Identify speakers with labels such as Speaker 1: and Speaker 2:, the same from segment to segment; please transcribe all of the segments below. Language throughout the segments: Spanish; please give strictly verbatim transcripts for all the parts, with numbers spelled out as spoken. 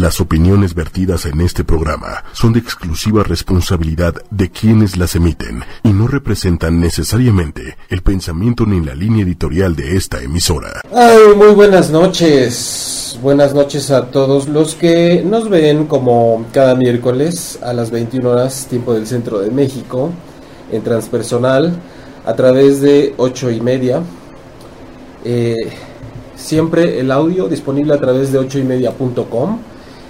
Speaker 1: Las opiniones vertidas en este programa son de exclusiva responsabilidad de quienes las emiten y no representan necesariamente el pensamiento ni la línea editorial de esta emisora.
Speaker 2: Ay, muy buenas noches. Buenas noches a todos los que nos ven como cada miércoles a las veintiuna horas, tiempo del centro de México, en transpersonal, a través de ocho y media. Eh, siempre el audio disponible a través de ocho y media punto com.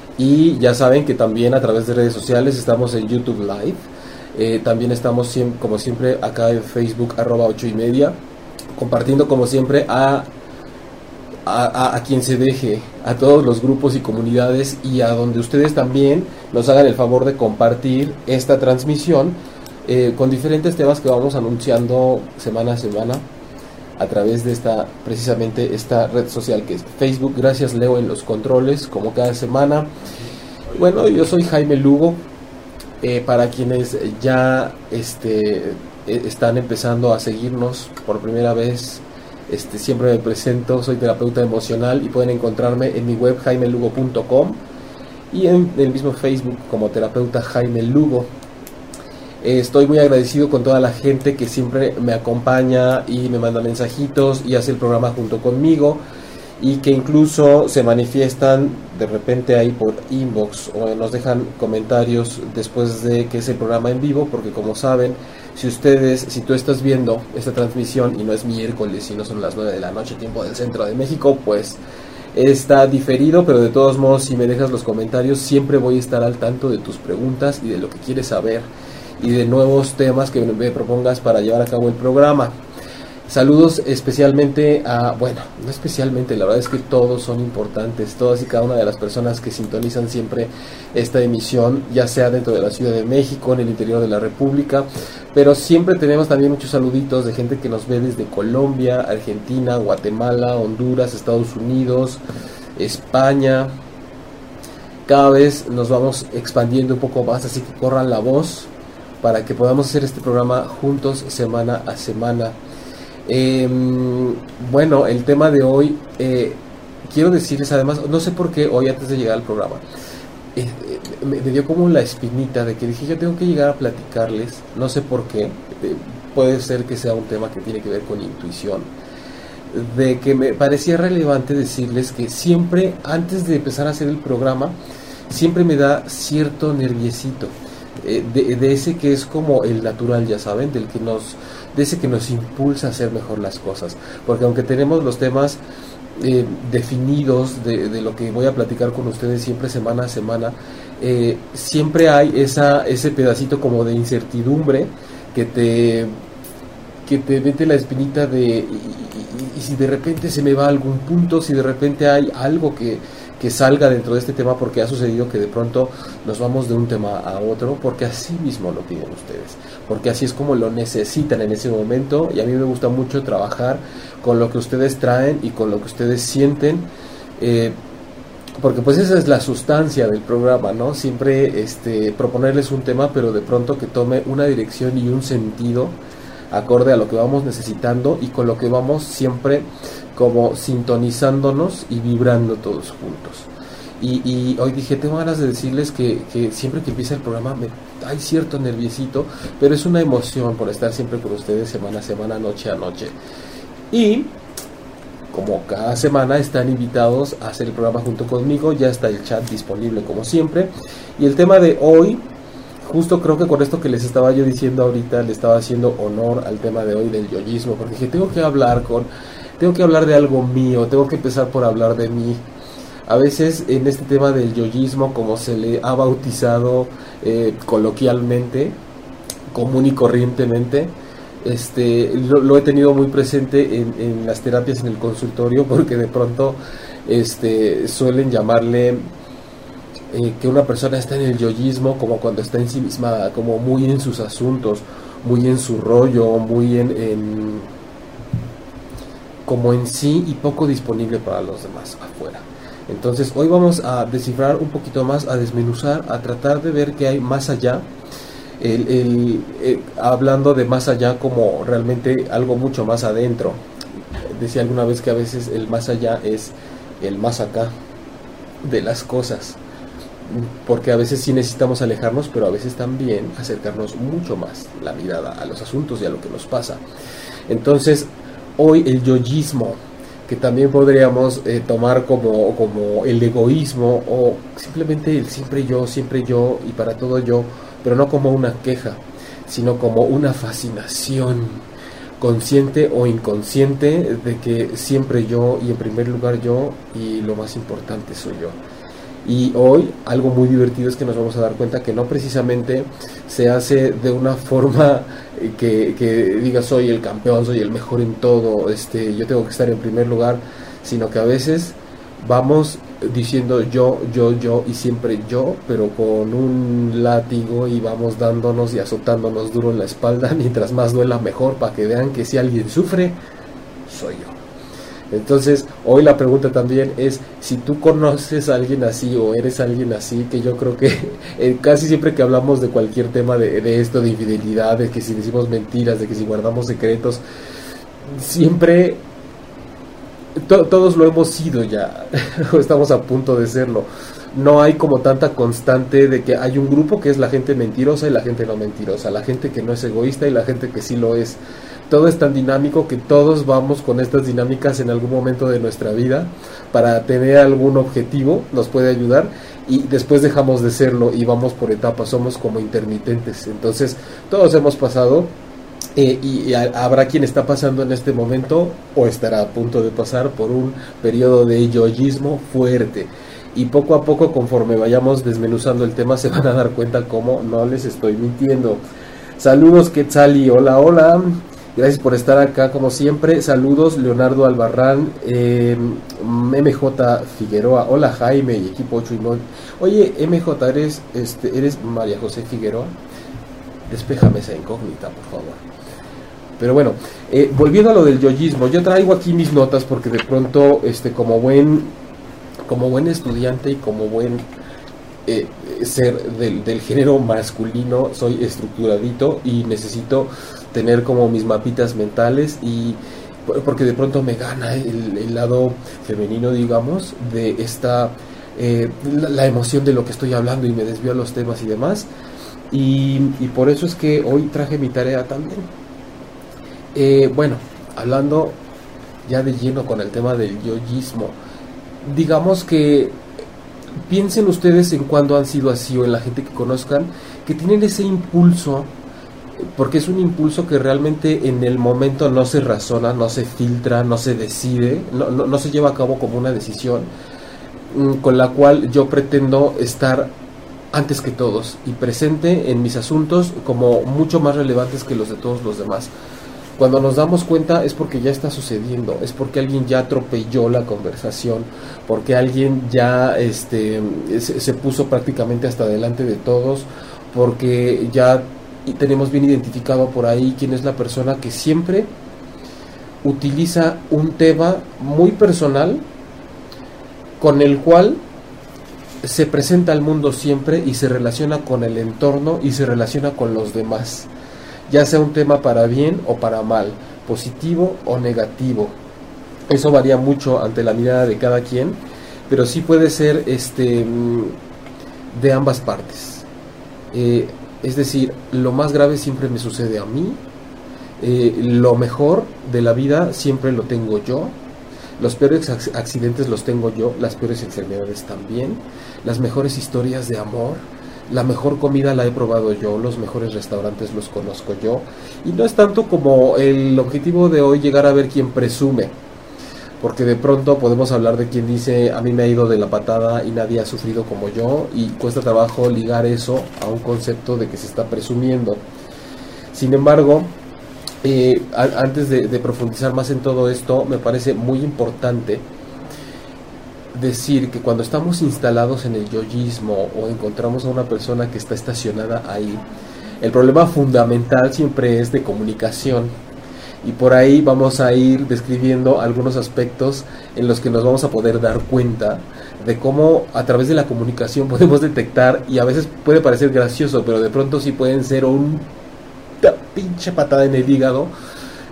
Speaker 2: Y ya saben que también a través de redes sociales estamos en YouTube Live. Eh, también estamos siempre, como siempre acá en Facebook arroba ocho y media, compartiendo como siempre a, a, a, a quien se deje, a todos los grupos y comunidades, y a donde ustedes también nos hagan el favor de compartir esta transmisión eh, con diferentes temas que vamos anunciando semana a semana a través de esta, precisamente esta red social que es Facebook. Gracias, Leo, en los controles, como cada semana. Bueno, yo soy Jaime Lugo. Eh, para quienes ya este, eh, están empezando a seguirnos por primera vez, este, siempre me presento, soy terapeuta emocional y pueden encontrarme en mi web jaime lugo punto com y en el mismo Facebook como terapeuta Jaime Lugo. Estoy muy agradecido con toda la gente que siempre me acompaña y me manda mensajitos y hace el programa junto conmigo, y que incluso se manifiestan de repente ahí por inbox o nos dejan comentarios después de que es el programa en vivo, porque como saben, si ustedes, si tú estás viendo esta transmisión y no es miércoles, sino son las nueve de la noche, tiempo del centro de México, pues está diferido, pero de todos modos, si me dejas los comentarios, siempre voy a estar al tanto de tus preguntas y de lo que quieres saber, y de nuevos temas que me propongas para llevar a cabo el programa. Saludos especialmente a, bueno, no especialmente, la verdad es que todos son importantes, todas y cada una de las personas que sintonizan siempre esta emisión, ya sea dentro de la Ciudad de México, en el interior de la República, pero siempre tenemos también muchos saluditos de gente que nos ve desde Colombia, Argentina, Guatemala, Honduras, Estados Unidos, España. Cada vez nos vamos expandiendo un poco más, así que corran la voz para que podamos hacer este programa juntos semana a semana. Eh, bueno, el tema de hoy, eh, quiero decirles además, no sé por qué hoy antes de llegar al programa, eh, eh, me, me dio como la espinita de que dije, yo tengo que llegar a platicarles, no sé por qué, eh, puede ser que sea un tema que tiene que ver con intuición, de que me parecía relevante decirles que siempre, antes de empezar a hacer el programa, siempre me da cierto nerviecito. De, de ese que es como el natural, ya saben, del que nos, de ese que nos impulsa a hacer mejor las cosas, porque aunque tenemos los temas eh, definidos de, de lo que voy a platicar con ustedes siempre semana a semana, eh, siempre hay esa, ese pedacito como de incertidumbre que te, que te mete la espinita de y, y, y si de repente se me va a algún punto, si de repente hay algo que que salga dentro de este tema, porque ha sucedido que de pronto nos vamos de un tema a otro, porque así mismo lo piden ustedes, porque así es como lo necesitan en ese momento, y a mí me gusta mucho trabajar con lo que ustedes traen y con lo que ustedes sienten, eh, porque pues esa es la sustancia del programa, ¿no? Siempre este, proponerles un tema, pero de pronto que tome una dirección y un sentido acorde a lo que vamos necesitando y con lo que vamos siempre como sintonizándonos y vibrando todos juntos. Y, y hoy dije, tengo ganas de decirles que, que siempre que empieza el programa me hay cierto nerviosito, pero es una emoción por estar siempre con ustedes semana a semana, noche a noche. Y como cada semana están invitados a hacer el programa junto conmigo, ya está el chat disponible como siempre. Y el tema de hoy, justo creo que con esto que les estaba yo diciendo ahorita, le estaba haciendo honor al tema de hoy del yoísmo, porque dije, tengo que hablar con... Tengo que hablar de algo mío, tengo que empezar por hablar de mí. A veces en este tema del yoísmo, como se le ha bautizado eh, coloquialmente, común y corrientemente, este, lo, lo he tenido muy presente en, en las terapias en el consultorio, porque de pronto este, suelen llamarle eh, que una persona está en el yoísmo como cuando está ensimismada, como muy en sus asuntos, muy en su rollo, muy en... en como en sí y poco disponible para los demás afuera. Entonces hoy vamos a descifrar un poquito más, a desmenuzar, a tratar de ver qué hay más allá, el, el, el, hablando de más allá como realmente algo mucho más adentro. Decía alguna vez que a veces el más allá es el más acá de las cosas, porque a veces sí necesitamos alejarnos, pero a veces también acercarnos mucho más la mirada a los asuntos y a lo que nos pasa. Entonces, hoy el yoyismo, que también podríamos eh, tomar como, como el egoísmo, o simplemente el siempre yo, siempre yo y para todo yo, pero no como una queja, sino como una fascinación consciente o inconsciente de que siempre yo y en primer lugar yo y lo más importante soy yo. Y hoy algo muy divertido es que nos vamos a dar cuenta que no precisamente se hace de una forma que, que diga soy el campeón, soy el mejor en todo, este, yo tengo que estar en primer lugar, sino que a veces vamos diciendo yo, yo, yo y siempre yo, pero con un látigo y vamos dándonos y azotándonos duro en la espalda, mientras más duela mejor, para que vean que si alguien sufre, soy yo. Entonces, hoy la pregunta también es, si tú conoces a alguien así o eres alguien así, que yo creo que eh, casi siempre que hablamos de cualquier tema de, de esto, de infidelidad, de que si decimos mentiras, de que si guardamos secretos, siempre to, todos lo hemos sido ya, o estamos a punto de serlo. No hay como tanta constante de que hay un grupo que es la gente mentirosa y la gente no mentirosa, la gente que no es egoísta y la gente que sí lo es. Todo es tan dinámico que todos vamos con estas dinámicas en algún momento de nuestra vida para tener algún objetivo, nos puede ayudar, y después dejamos de serlo y vamos por etapas, somos como intermitentes. Entonces todos hemos pasado eh, y, y habrá quien está pasando en este momento o estará a punto de pasar por un periodo de yoyismo fuerte. Y poco a poco, conforme vayamos desmenuzando el tema, se van a dar cuenta cómo no les estoy mintiendo. Saludos, Quetzali, hola, hola. Gracias por estar acá, como siempre. Saludos, Leonardo Albarrán, eh, M J Figueroa. Hola, Jaime y equipo ocho y nueve. Oye, M J, ¿eres, este, ¿eres María José Figueroa? Despéjame esa incógnita, por favor. Pero bueno, eh, volviendo a lo del yoyismo, yo traigo aquí mis notas porque de pronto, este, como buen, como buen estudiante y como buen eh, ser del, del género masculino, soy estructuradito y necesito tener como mis mapitas mentales, y porque de pronto me gana el, el lado femenino, digamos, de esta eh, la, la emoción de lo que estoy hablando y me desvío a los temas y demás, y, y por eso es que hoy traje mi tarea también. Eh, bueno, hablando ya de lleno con el tema del yoyismo, digamos que piensen ustedes en cuándo han sido así, o en la gente que conozcan, que tienen ese impulso, porque es un impulso que realmente en el momento no se razona, no se filtra, no se decide, no, no, no se lleva a cabo como una decisión, con la cual yo pretendo estar antes que todos y presente en mis asuntos como mucho más relevantes que los de todos los demás. Cuando nos damos cuenta es porque ya está sucediendo, es porque alguien ya atropelló la conversación, porque alguien ya este, se, se puso prácticamente hasta delante de todos, porque ya tenemos bien identificado por ahí quién es la persona que siempre utiliza un tema muy personal con el cual se presenta al mundo siempre y se relaciona con el entorno y se relaciona con los demás, ya sea un tema para bien o para mal, positivo o negativo. Eso varía mucho ante la mirada de cada quien, pero sí puede ser este de ambas partes. Eh, es decir, lo más grave siempre me sucede a mí, eh, lo mejor de la vida siempre lo tengo yo, los peores accidentes los tengo yo, las peores enfermedades también, las mejores historias de amor, la mejor comida la he probado yo, los mejores restaurantes los conozco yo, y no es tanto como el objetivo de hoy llegar a ver quién presume, porque de pronto podemos hablar de quien dice a mí me ha ido de la patada y nadie ha sufrido como yo, y cuesta trabajo ligar eso a un concepto de que se está presumiendo. Sin embargo, eh, a, antes de, de profundizar más en todo esto, me parece muy importante decir que cuando estamos instalados en el yoyismo o encontramos a una persona que está estacionada ahí, el problema fundamental siempre es de comunicación. Y por ahí vamos a ir describiendo algunos aspectos en los que nos vamos a poder dar cuenta de cómo a través de la comunicación podemos detectar, y a veces puede parecer gracioso, pero de pronto sí pueden ser una pinche patada en el hígado,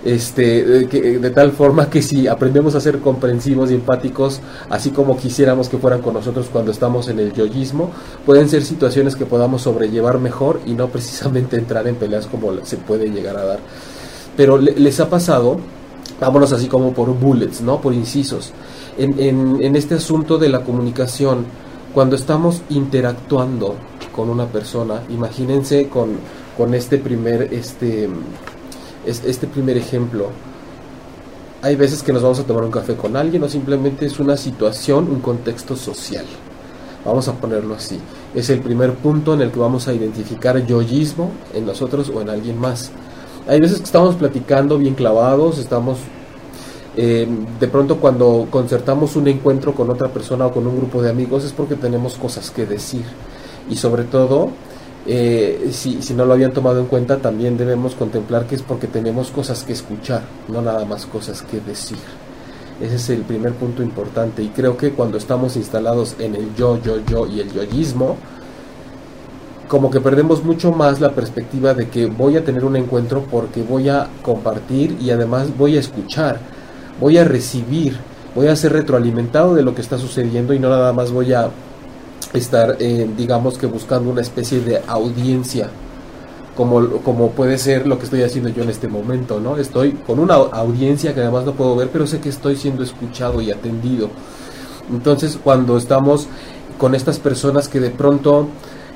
Speaker 2: Este, de, que, de tal forma que si aprendemos a ser comprensivos y empáticos, así como quisiéramos que fueran con nosotros cuando estamos en el yoísmo, pueden ser situaciones que podamos sobrellevar mejor y no precisamente entrar en peleas como se puede llegar a dar. Pero le, les ha pasado, vámonos así como por bullets, ¿no? Por incisos, en, en, en este asunto de la comunicación, cuando estamos interactuando con una persona, imagínense con, con este primer este este primer ejemplo. Hay veces que nos vamos a tomar un café con alguien o simplemente es una situación, un contexto social. Vamos a ponerlo así. Es el primer punto en el que vamos a identificar yoísmo en nosotros o en alguien más. Hay veces que estamos platicando bien clavados, estamos eh, de pronto cuando concertamos un encuentro con otra persona o con un grupo de amigos es porque tenemos cosas que decir. Y sobre todo, Eh, si, si no lo habían tomado en cuenta, también debemos contemplar que es porque tenemos cosas que escuchar, no nada más cosas que decir. Ese es el primer punto importante, y creo que cuando estamos instalados en el yo, yo, yo y el yoísmo, como que perdemos mucho más la perspectiva de que voy a tener un encuentro porque voy a compartir y además voy a escuchar, voy a recibir, voy a ser retroalimentado de lo que está sucediendo y no nada más voy a estar, eh, digamos que buscando una especie de audiencia, como, como puede ser lo que estoy haciendo yo en este momento, ¿no? Estoy con una audiencia que además no puedo ver, pero sé que estoy siendo escuchado y atendido. Entonces, cuando estamos con estas personas que de pronto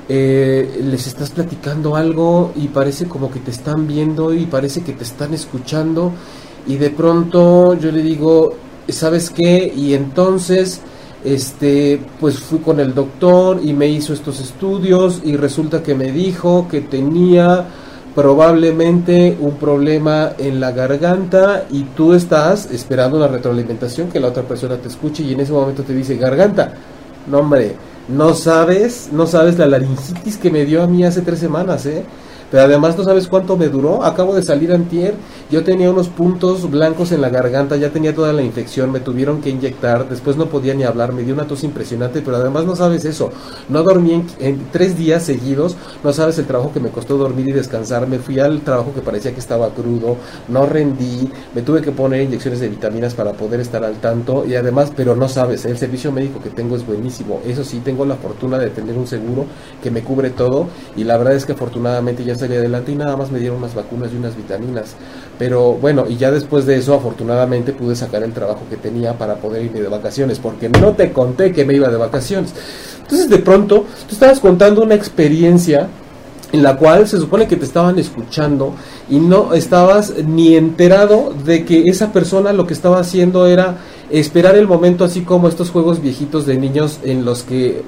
Speaker 2: eh, les estás platicando algo y parece como que te están viendo y parece que te están escuchando, y de pronto yo le digo, ¿sabes qué? Y entonces este pues fui con el doctor y me hizo estos estudios y resulta que me dijo que tenía probablemente un problema en la garganta, y tú estás esperando una retroalimentación, que la otra persona te escuche, y en ese momento te dice garganta. No, hombre, no sabes, no sabes la laringitis que me dio a mí hace tres semanas, ¿eh? Pero además no sabes cuánto me duró. Acabo de salir antier, yo tenía unos puntos blancos en la garganta, ya tenía toda la infección, me tuvieron que inyectar, después no podía ni hablar, me dio una tos impresionante, pero además no sabes eso, no dormí en, en tres días seguidos, no sabes el trabajo que me costó dormir y descansar, me fui al trabajo que parecía que estaba crudo, no rendí, me tuve que poner inyecciones de vitaminas para poder estar al tanto, y además, pero no sabes, el servicio médico que tengo es buenísimo, eso sí, tengo la fortuna de tener un seguro que me cubre todo, y la verdad es que afortunadamente ya salí adelante y nada más me dieron unas vacunas y unas vitaminas. Pero bueno, y ya después de eso afortunadamente pude sacar el trabajo que tenía para poder irme de vacaciones, porque no te conté que me iba de vacaciones. Entonces de pronto tú estabas contando una experiencia en la cual se supone que te estaban escuchando y no estabas ni enterado de que esa persona lo que estaba haciendo era esperar el momento, así como estos juegos viejitos de niños en los que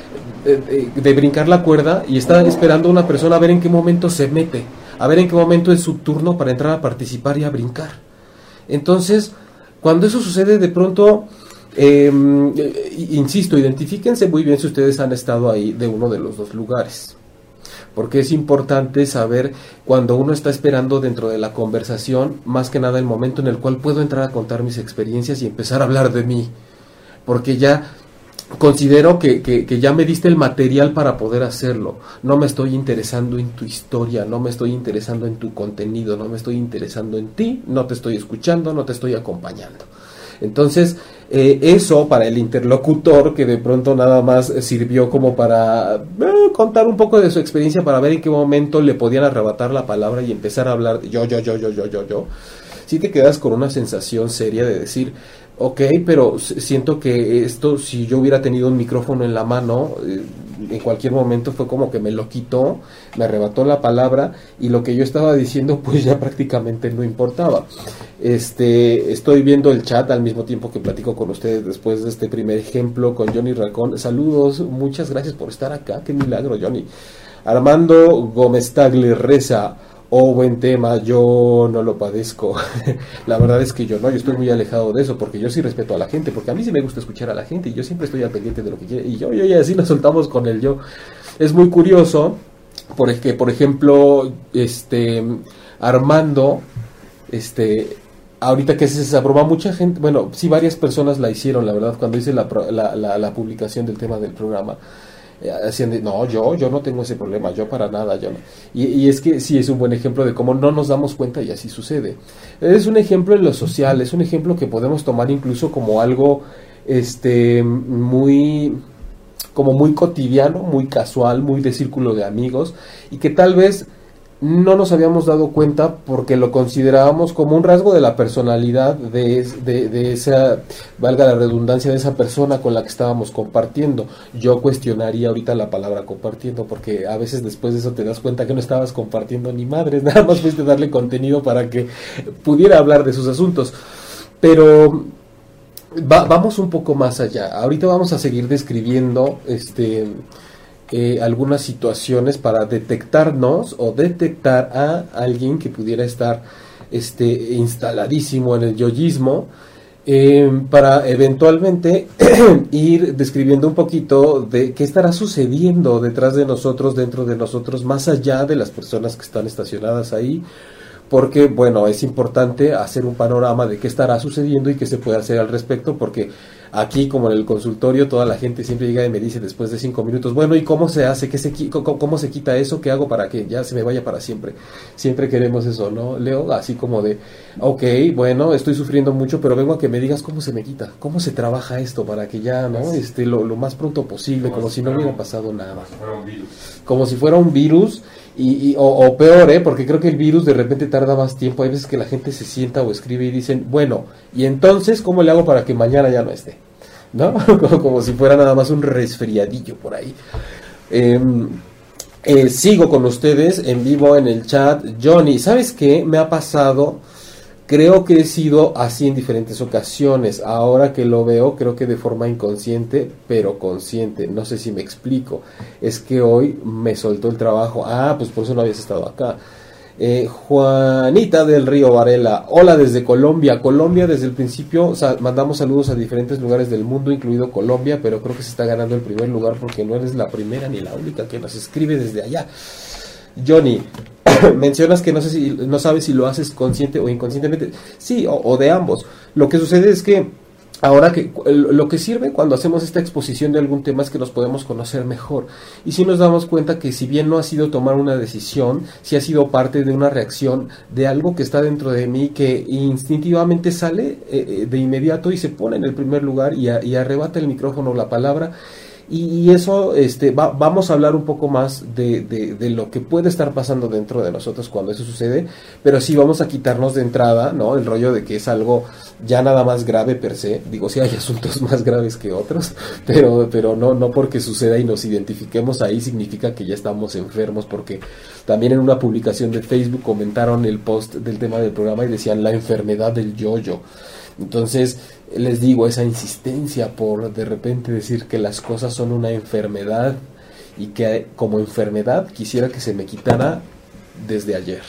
Speaker 2: De, de brincar la cuerda, y está esperando una persona a ver en qué momento se mete, a ver en qué momento es su turno para entrar a participar y a brincar. Entonces, cuando eso sucede de pronto, eh, insisto, identifíquense muy bien si ustedes han estado ahí de uno de los dos lugares, porque es importante saber cuando uno está esperando dentro de la conversación, más que nada el momento en el cual puedo entrar a contar mis experiencias y empezar a hablar de mí, porque ya considero que, que, que ya me diste el material para poder hacerlo. No me estoy interesando en tu historia, no me estoy interesando en tu contenido, no me estoy interesando en ti, no te estoy escuchando, no te estoy acompañando. Entonces, eh, eso para el interlocutor, que de pronto nada más sirvió como para eh, contar un poco de su experiencia, para ver en qué momento le podían arrebatar la palabra y empezar a hablar yo, yo, yo, yo, yo, yo, yo, sí te quedas con una sensación seria de decir, ok, pero siento que esto, si yo hubiera tenido un micrófono en la mano, eh, en cualquier momento fue como que me lo quitó, me arrebató la palabra, y lo que yo estaba diciendo pues ya prácticamente no importaba. Este, estoy viendo el chat al mismo tiempo que platico con ustedes después de este primer ejemplo con Johnny Racón. Saludos, muchas gracias por estar acá, qué milagro, Johnny. Armando Gómez Tagle reza: oh, buen tema, yo no lo padezco. La verdad es que yo no, yo estoy muy alejado de eso, porque yo sí respeto a la gente, porque a mí sí me gusta escuchar a la gente, y yo siempre estoy al pendiente de lo que quiere, y yo, yo, y así nos soltamos con el yo. Es muy curioso, porque, por ejemplo, este, Armando, este, ahorita que se esa broma, mucha gente, bueno, sí, varias personas la hicieron, la verdad, cuando hice la, la, la, la publicación del tema del programa. eh, hacían de, no, yo, yo no tengo ese problema, yo para nada, yo no. Y, y es que sí es un buen ejemplo de cómo no nos damos cuenta y así sucede. Es un ejemplo en lo social, es un ejemplo que podemos tomar incluso como algo, este, muy, como muy cotidiano, muy casual, muy de círculo de amigos, y que tal vez no nos habíamos dado cuenta porque lo considerábamos como un rasgo de la personalidad de, de, de esa, valga la redundancia, de esa persona con la que estábamos compartiendo. Yo cuestionaría ahorita la palabra compartiendo, porque a veces después de eso te das cuenta que no estabas compartiendo ni madres, nada más fuiste darle contenido para que pudiera hablar de sus asuntos. Pero va, vamos un poco más allá. Ahorita vamos a seguir describiendo este Eh, algunas situaciones para detectarnos o detectar a alguien que pudiera estar este instaladísimo en el yoyismo, eh, para eventualmente ir describiendo un poquito de qué estará sucediendo detrás de nosotros, dentro de nosotros, más allá de las personas que están estacionadas ahí, porque bueno, es importante hacer un panorama de qué estará sucediendo y qué se puede hacer al respecto, porque aquí, como en el consultorio, toda la gente siempre llega y me dice después de cinco minutos, bueno, ¿y cómo se hace? ¿Qué se, cómo, ¿Cómo se quita eso? ¿Qué hago para que ya se me vaya para siempre? Siempre queremos eso, ¿no, Leo? Así como de, ok, bueno, estoy sufriendo mucho, pero vengo a que me digas cómo se me quita, cómo se trabaja esto para que ya, ¿no? Este, lo, lo más pronto posible, como, como si no hubiera pasado nada. Como si fuera un virus. Como si fuera un virus. Y, y, o, o peor, ¿eh? Porque creo que el virus de repente tarda más tiempo. Hay veces que la gente se sienta o escribe y dicen, bueno, y entonces, ¿cómo le hago para que mañana ya no esté? ¿No? Como, como si fuera nada más un resfriadillo por ahí. Eh, eh, sigo con ustedes en vivo en el chat. Johnny, ¿sabes qué? Me ha pasado, creo que he sido así en diferentes ocasiones. Ahora que lo veo, creo que de forma inconsciente, pero consciente. No sé si me explico. Es que hoy me soltó el trabajo. Ah, pues por eso no habías estado acá. Eh, Juanita del Río Varela, hola desde Colombia. Colombia desde el principio, o sea, mandamos saludos a diferentes lugares del mundo, incluido Colombia, pero creo que se está ganando el primer lugar porque no eres la primera ni la única que nos escribe desde allá. Johnny, mencionas que no sé si no sabes si lo haces consciente o inconscientemente. Sí, o, o de ambos. Lo que sucede es que ahora que lo que sirve cuando hacemos esta exposición de algún tema es que nos podemos conocer mejor, y si nos damos cuenta que si bien no ha sido tomar una decisión, si ha sido parte de una reacción de algo que está dentro de mí que instintivamente sale eh, de inmediato y se pone en el primer lugar y, a, y arrebata el micrófono, la palabra. Y, y eso, este, va, vamos a hablar un poco más de, de, de lo que puede estar pasando dentro de nosotros cuando eso sucede, pero sí vamos a quitarnos de entrada, ¿no? El rollo de que es algo ya nada más grave per se. Digo, sí hay asuntos más graves que otros, pero, pero no, no porque suceda y nos identifiquemos ahí significa que ya estamos enfermos, porque también en una publicación de Facebook comentaron el post del tema del programa y decían la enfermedad del yo-yo. Entonces, les digo, esa insistencia por de repente decir que las cosas son una enfermedad y que como enfermedad quisiera que se me quitara desde ayer.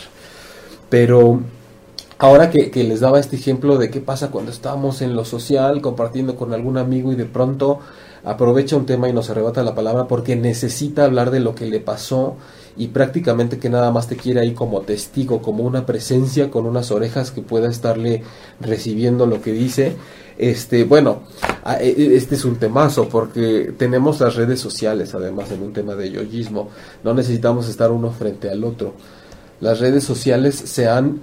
Speaker 2: Pero ahora que, que les daba este ejemplo de qué pasa cuando estamos en lo social compartiendo con algún amigo y de pronto aprovecha un tema y nos arrebata la palabra porque necesita hablar de lo que le pasó y prácticamente que nada más te quiere ahí como testigo, como una presencia con unas orejas que pueda estarle recibiendo lo que dice. Este, bueno, este es un temazo porque tenemos las redes sociales, además en un tema de yoyismo, no necesitamos estar uno frente al otro. Las redes sociales se han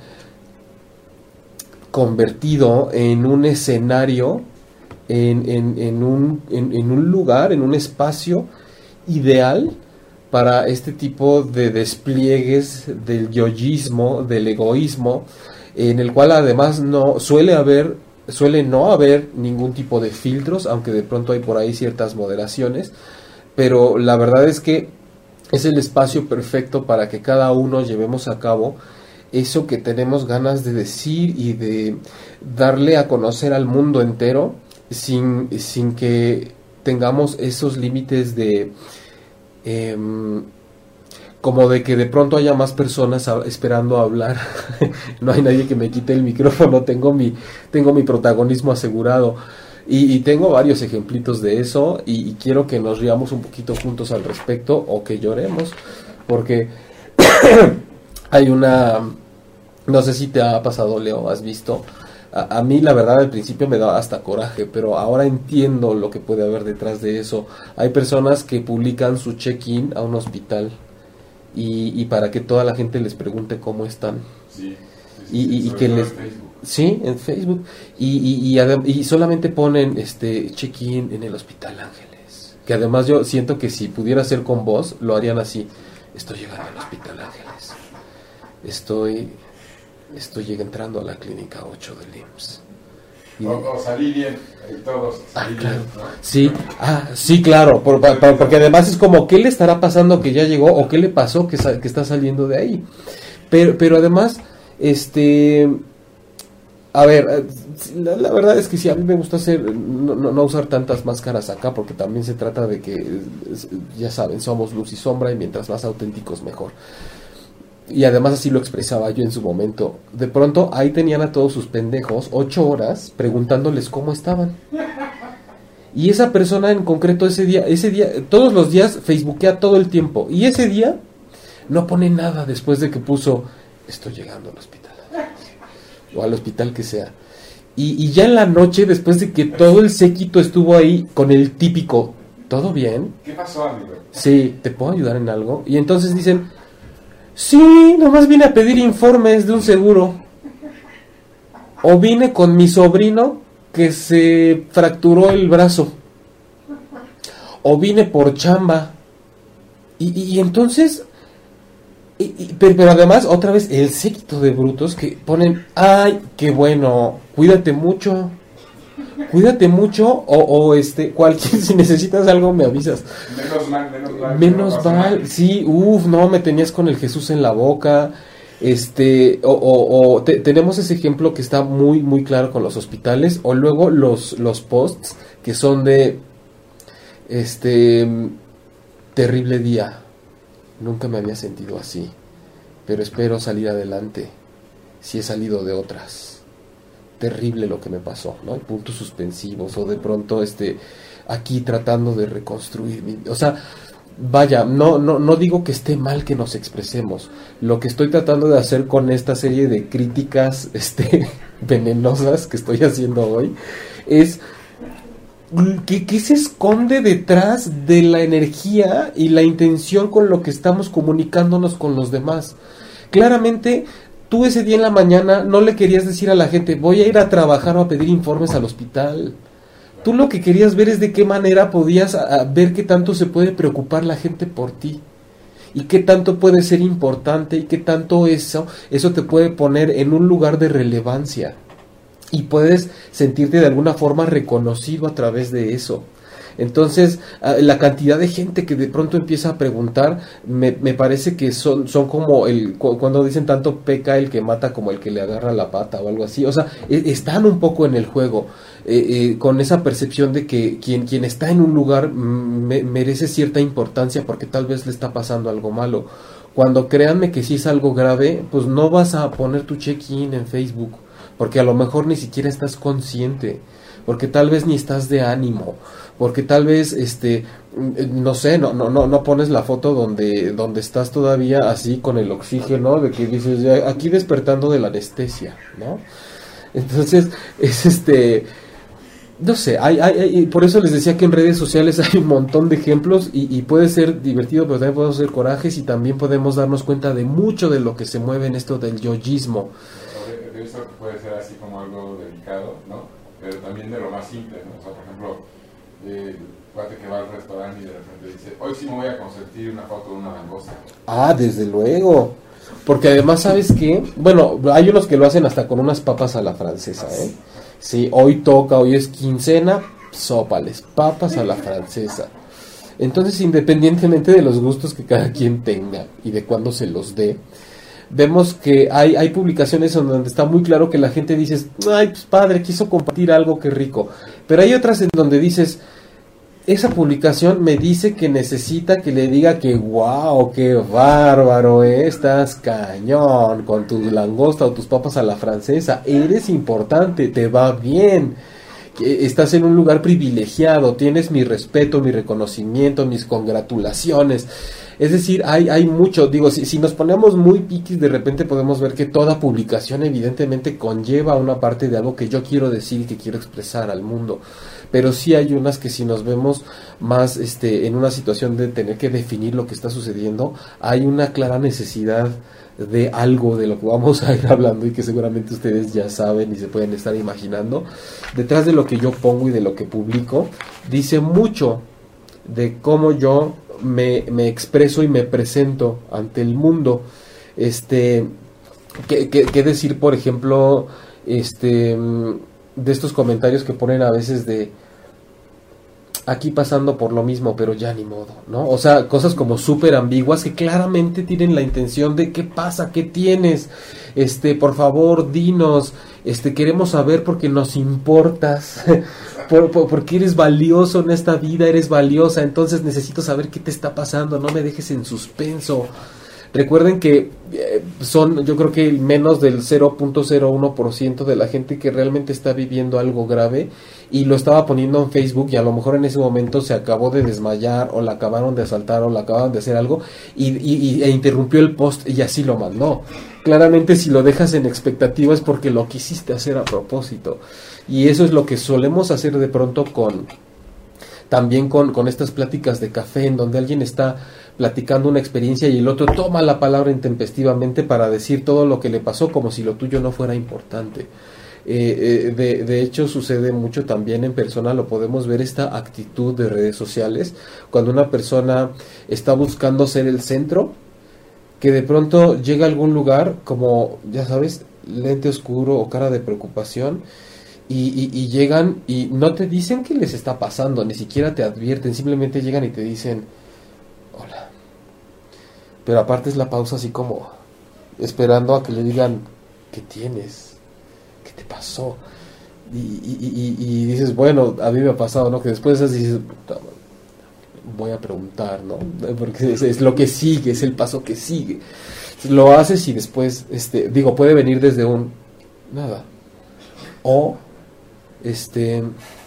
Speaker 2: convertido en un escenario, en, en, en, un, en, en un lugar, en un espacio ideal para este tipo de despliegues del yoyismo, del egoísmo, en el cual además no suele haber, suele no haber ningún tipo de filtros, aunque de pronto hay por ahí ciertas moderaciones, pero la verdad es que es el espacio perfecto para que cada uno llevemos a cabo eso que tenemos ganas de decir y de darle a conocer al mundo entero, sin, sin que tengamos esos límites de Eh, como de que de pronto haya más personas a, esperando a hablar. No hay nadie que me quite el micrófono, tengo mi, tengo mi protagonismo asegurado. Y, y tengo varios ejemplitos de eso y, y quiero que nos riamos un poquito juntos al respecto o que lloremos, porque hay una, no sé si te ha pasado, Leo, has visto, A, a mí la verdad al principio me daba hasta coraje, pero ahora entiendo lo que puede haber detrás de eso. Hay personas que publican su check-in a un hospital y, y para que toda la gente les pregunte cómo están.
Speaker 3: Sí, sí,
Speaker 2: y,
Speaker 3: sí,
Speaker 2: y, y que les...
Speaker 3: Facebook.
Speaker 2: Sí, en Facebook. Y, y, y, adem- y solamente ponen este check-in en el Hospital Ángeles. Que además yo siento que si pudiera ser con voz, lo harían así. Estoy llegando al Hospital Ángeles. Estoy... Estoy entrando a la clínica ocho del I M S S. Y
Speaker 3: O, o salí bien, y todos salí
Speaker 2: Ah, claro.
Speaker 3: bien, ¿no?
Speaker 2: Sí, ah, sí, claro, por- pa- pa- porque además es como, ¿qué le estará pasando que ya llegó o qué le pasó que, sa- que está saliendo de ahí? Pero, pero además, este, a ver, eh, la, la verdad es que sí, a mí me gusta hacer, no, no, no usar tantas máscaras acá, porque también se trata de que, eh, ya saben, somos luz y sombra y mientras más auténticos mejor. Y además así lo expresaba yo en su momento. De pronto ahí tenían a todos sus pendejos ocho horas preguntándoles cómo estaban. Y esa persona en concreto ese día, ese día, todos los días facebookea todo el tiempo. Y ese día no pone nada después de que puso estoy llegando al hospital. O al hospital que sea. Y, y ya en la noche, después de que todo el séquito estuvo ahí con el típico ¿todo bien?
Speaker 3: ¿Qué pasó, amigo?
Speaker 2: Sí, ¿te puedo ayudar en algo? Y entonces dicen, sí, nomás vine a pedir informes de un seguro. O vine con mi sobrino que se fracturó el brazo. O vine por chamba. Y, y, y entonces, y, y, pero, pero además, otra vez, el séquito de brutos que ponen, ay, qué bueno, cuídate mucho. Cuídate mucho, o, o este, cualquier, si necesitas algo me avisas.
Speaker 3: Menos mal, menos mal.
Speaker 2: Menos
Speaker 3: no pasa
Speaker 2: mal,
Speaker 3: nada.
Speaker 2: sí, uff, no, me tenías con el Jesús en la boca, este, o, o, o te- tenemos ese ejemplo que está muy, muy claro con los hospitales, o luego los, los posts que son de, este, terrible día, nunca me había sentido así, pero espero salir adelante, si he salido de otras. Terrible lo que me pasó, ¿no? Hay puntos suspensivos, o de pronto, este, aquí tratando de reconstruir, mi- o sea, vaya, no, no, no digo que esté mal que nos expresemos. Lo que estoy tratando de hacer con esta serie de críticas, este, venenosas que estoy haciendo hoy, es que, que se esconde detrás de la energía y la intención con lo que estamos comunicándonos con los demás. Claramente, tú ese día en la mañana no le querías decir a la gente, voy a ir a trabajar o a pedir informes al hospital. Tú lo que querías ver es de qué manera podías a, a ver qué tanto se puede preocupar la gente por ti. Y qué tanto puede ser importante y qué tanto eso, eso te puede poner en un lugar de relevancia. Y puedes sentirte de alguna forma reconocido a través de eso. Entonces, la cantidad de gente que de pronto empieza a preguntar, me, me parece que son, son como el, cuando dicen tanto peca el que mata como el que le agarra la pata o algo así. O sea, están un poco en el juego, eh, eh, con esa percepción de que quien, quien está en un lugar me, merece cierta importancia porque tal vez le está pasando algo malo. Cuando créanme que si es algo grave, pues no vas a poner tu check-in en Facebook, porque a lo mejor ni siquiera estás consciente, porque tal vez ni estás de ánimo, porque tal vez este no sé, no no no no pones la foto donde donde estás todavía así con el oxígeno, de que dices ya aquí despertando de la anestesia, ¿no? Entonces es este no sé, hay, hay, hay por eso les decía que en redes sociales hay un montón de ejemplos y, y puede ser divertido, pero también podemos hacer corajes y también podemos darnos cuenta de mucho de lo que se mueve en esto del yoyismo.
Speaker 3: De, de eso puede ser así como algo delicado, ¿no? Pero también de lo más simple, ¿no? O sea, por ejemplo, el cuate que va al restaurante y de repente dice, hoy sí me voy a consentir una foto de una langosta.
Speaker 2: Ah, desde luego. Porque además, ¿sabes qué? Bueno, hay unos que lo hacen hasta con unas papas a la francesa, ¿eh? Sí, hoy toca, hoy es quincena, sópales, papas a la francesa. Entonces, independientemente de los gustos que cada quien tenga y de cuándo se los dé, vemos que hay, hay publicaciones en donde está muy claro que la gente dice, ay, pues padre, quiso compartir algo, qué rico. Pero hay otras en donde dices, esa publicación me dice que necesita que le diga que wow, qué bárbaro, ¿eh? Estás cañón con tu langosta o tus papas a la francesa, eres importante, te va bien, que estás en un lugar privilegiado, tienes mi respeto, mi reconocimiento, mis congratulaciones. Es decir, hay, hay mucho, digo, si, si nos ponemos muy piquis, de repente podemos ver que toda publicación evidentemente conlleva una parte de algo que yo quiero decir y que quiero expresar al mundo. Pero sí hay unas que si nos vemos más este, en una situación de tener que definir lo que está sucediendo, hay una clara necesidad de algo de lo que vamos a ir hablando y que seguramente ustedes ya saben y se pueden estar imaginando. Detrás de lo que yo pongo y de lo que publico, dice mucho de cómo yo me, me expreso y me presento ante el mundo. Este, ¿qué, qué, qué decir, por ejemplo, este, de estos comentarios que ponen a veces de aquí pasando por lo mismo, pero ya ni modo, ¿no? O sea, cosas como súper ambiguas que claramente tienen la intención de ¿qué pasa? ¿Qué tienes? Este, por favor, dinos, este, queremos saber porque nos importas, por, por, porque eres valioso en esta vida, eres valiosa, entonces necesito saber qué te está pasando, no me dejes en suspenso. Recuerden que eh, son, yo creo que menos del cero punto cero uno por ciento de la gente que realmente está viviendo algo grave y lo estaba poniendo en Facebook y a lo mejor en ese momento se acabó de desmayar o la acabaron de asaltar o la acababan de hacer algo y, y, e interrumpió el post y así lo mandó. Claramente si lo dejas en expectativa es porque lo quisiste hacer a propósito, y eso es lo que solemos hacer de pronto con también con, con estas pláticas de café en donde alguien está platicando una experiencia y el otro toma la palabra intempestivamente para decir todo lo que le pasó como si lo tuyo no fuera importante. Eh, eh, de, de hecho sucede mucho también en persona, lo podemos ver esta actitud de redes sociales, cuando una persona está buscando ser el centro, que de pronto llega a algún lugar como, ya sabes, lente oscuro o cara de preocupación, y, y, y llegan y no te dicen qué les está pasando, ni siquiera te advierten, simplemente llegan y te dicen hola, pero aparte es la pausa así como esperando a que le digan ¿qué tienes? ¿Qué te pasó? Y, y, y, y dices, bueno, a mí me ha pasado, ¿no? Que después dices, voy a preguntar, ¿no? Porque es, es lo que sigue, es el paso que sigue. Lo haces y después, este, digo, puede venir desde un nada. O, este,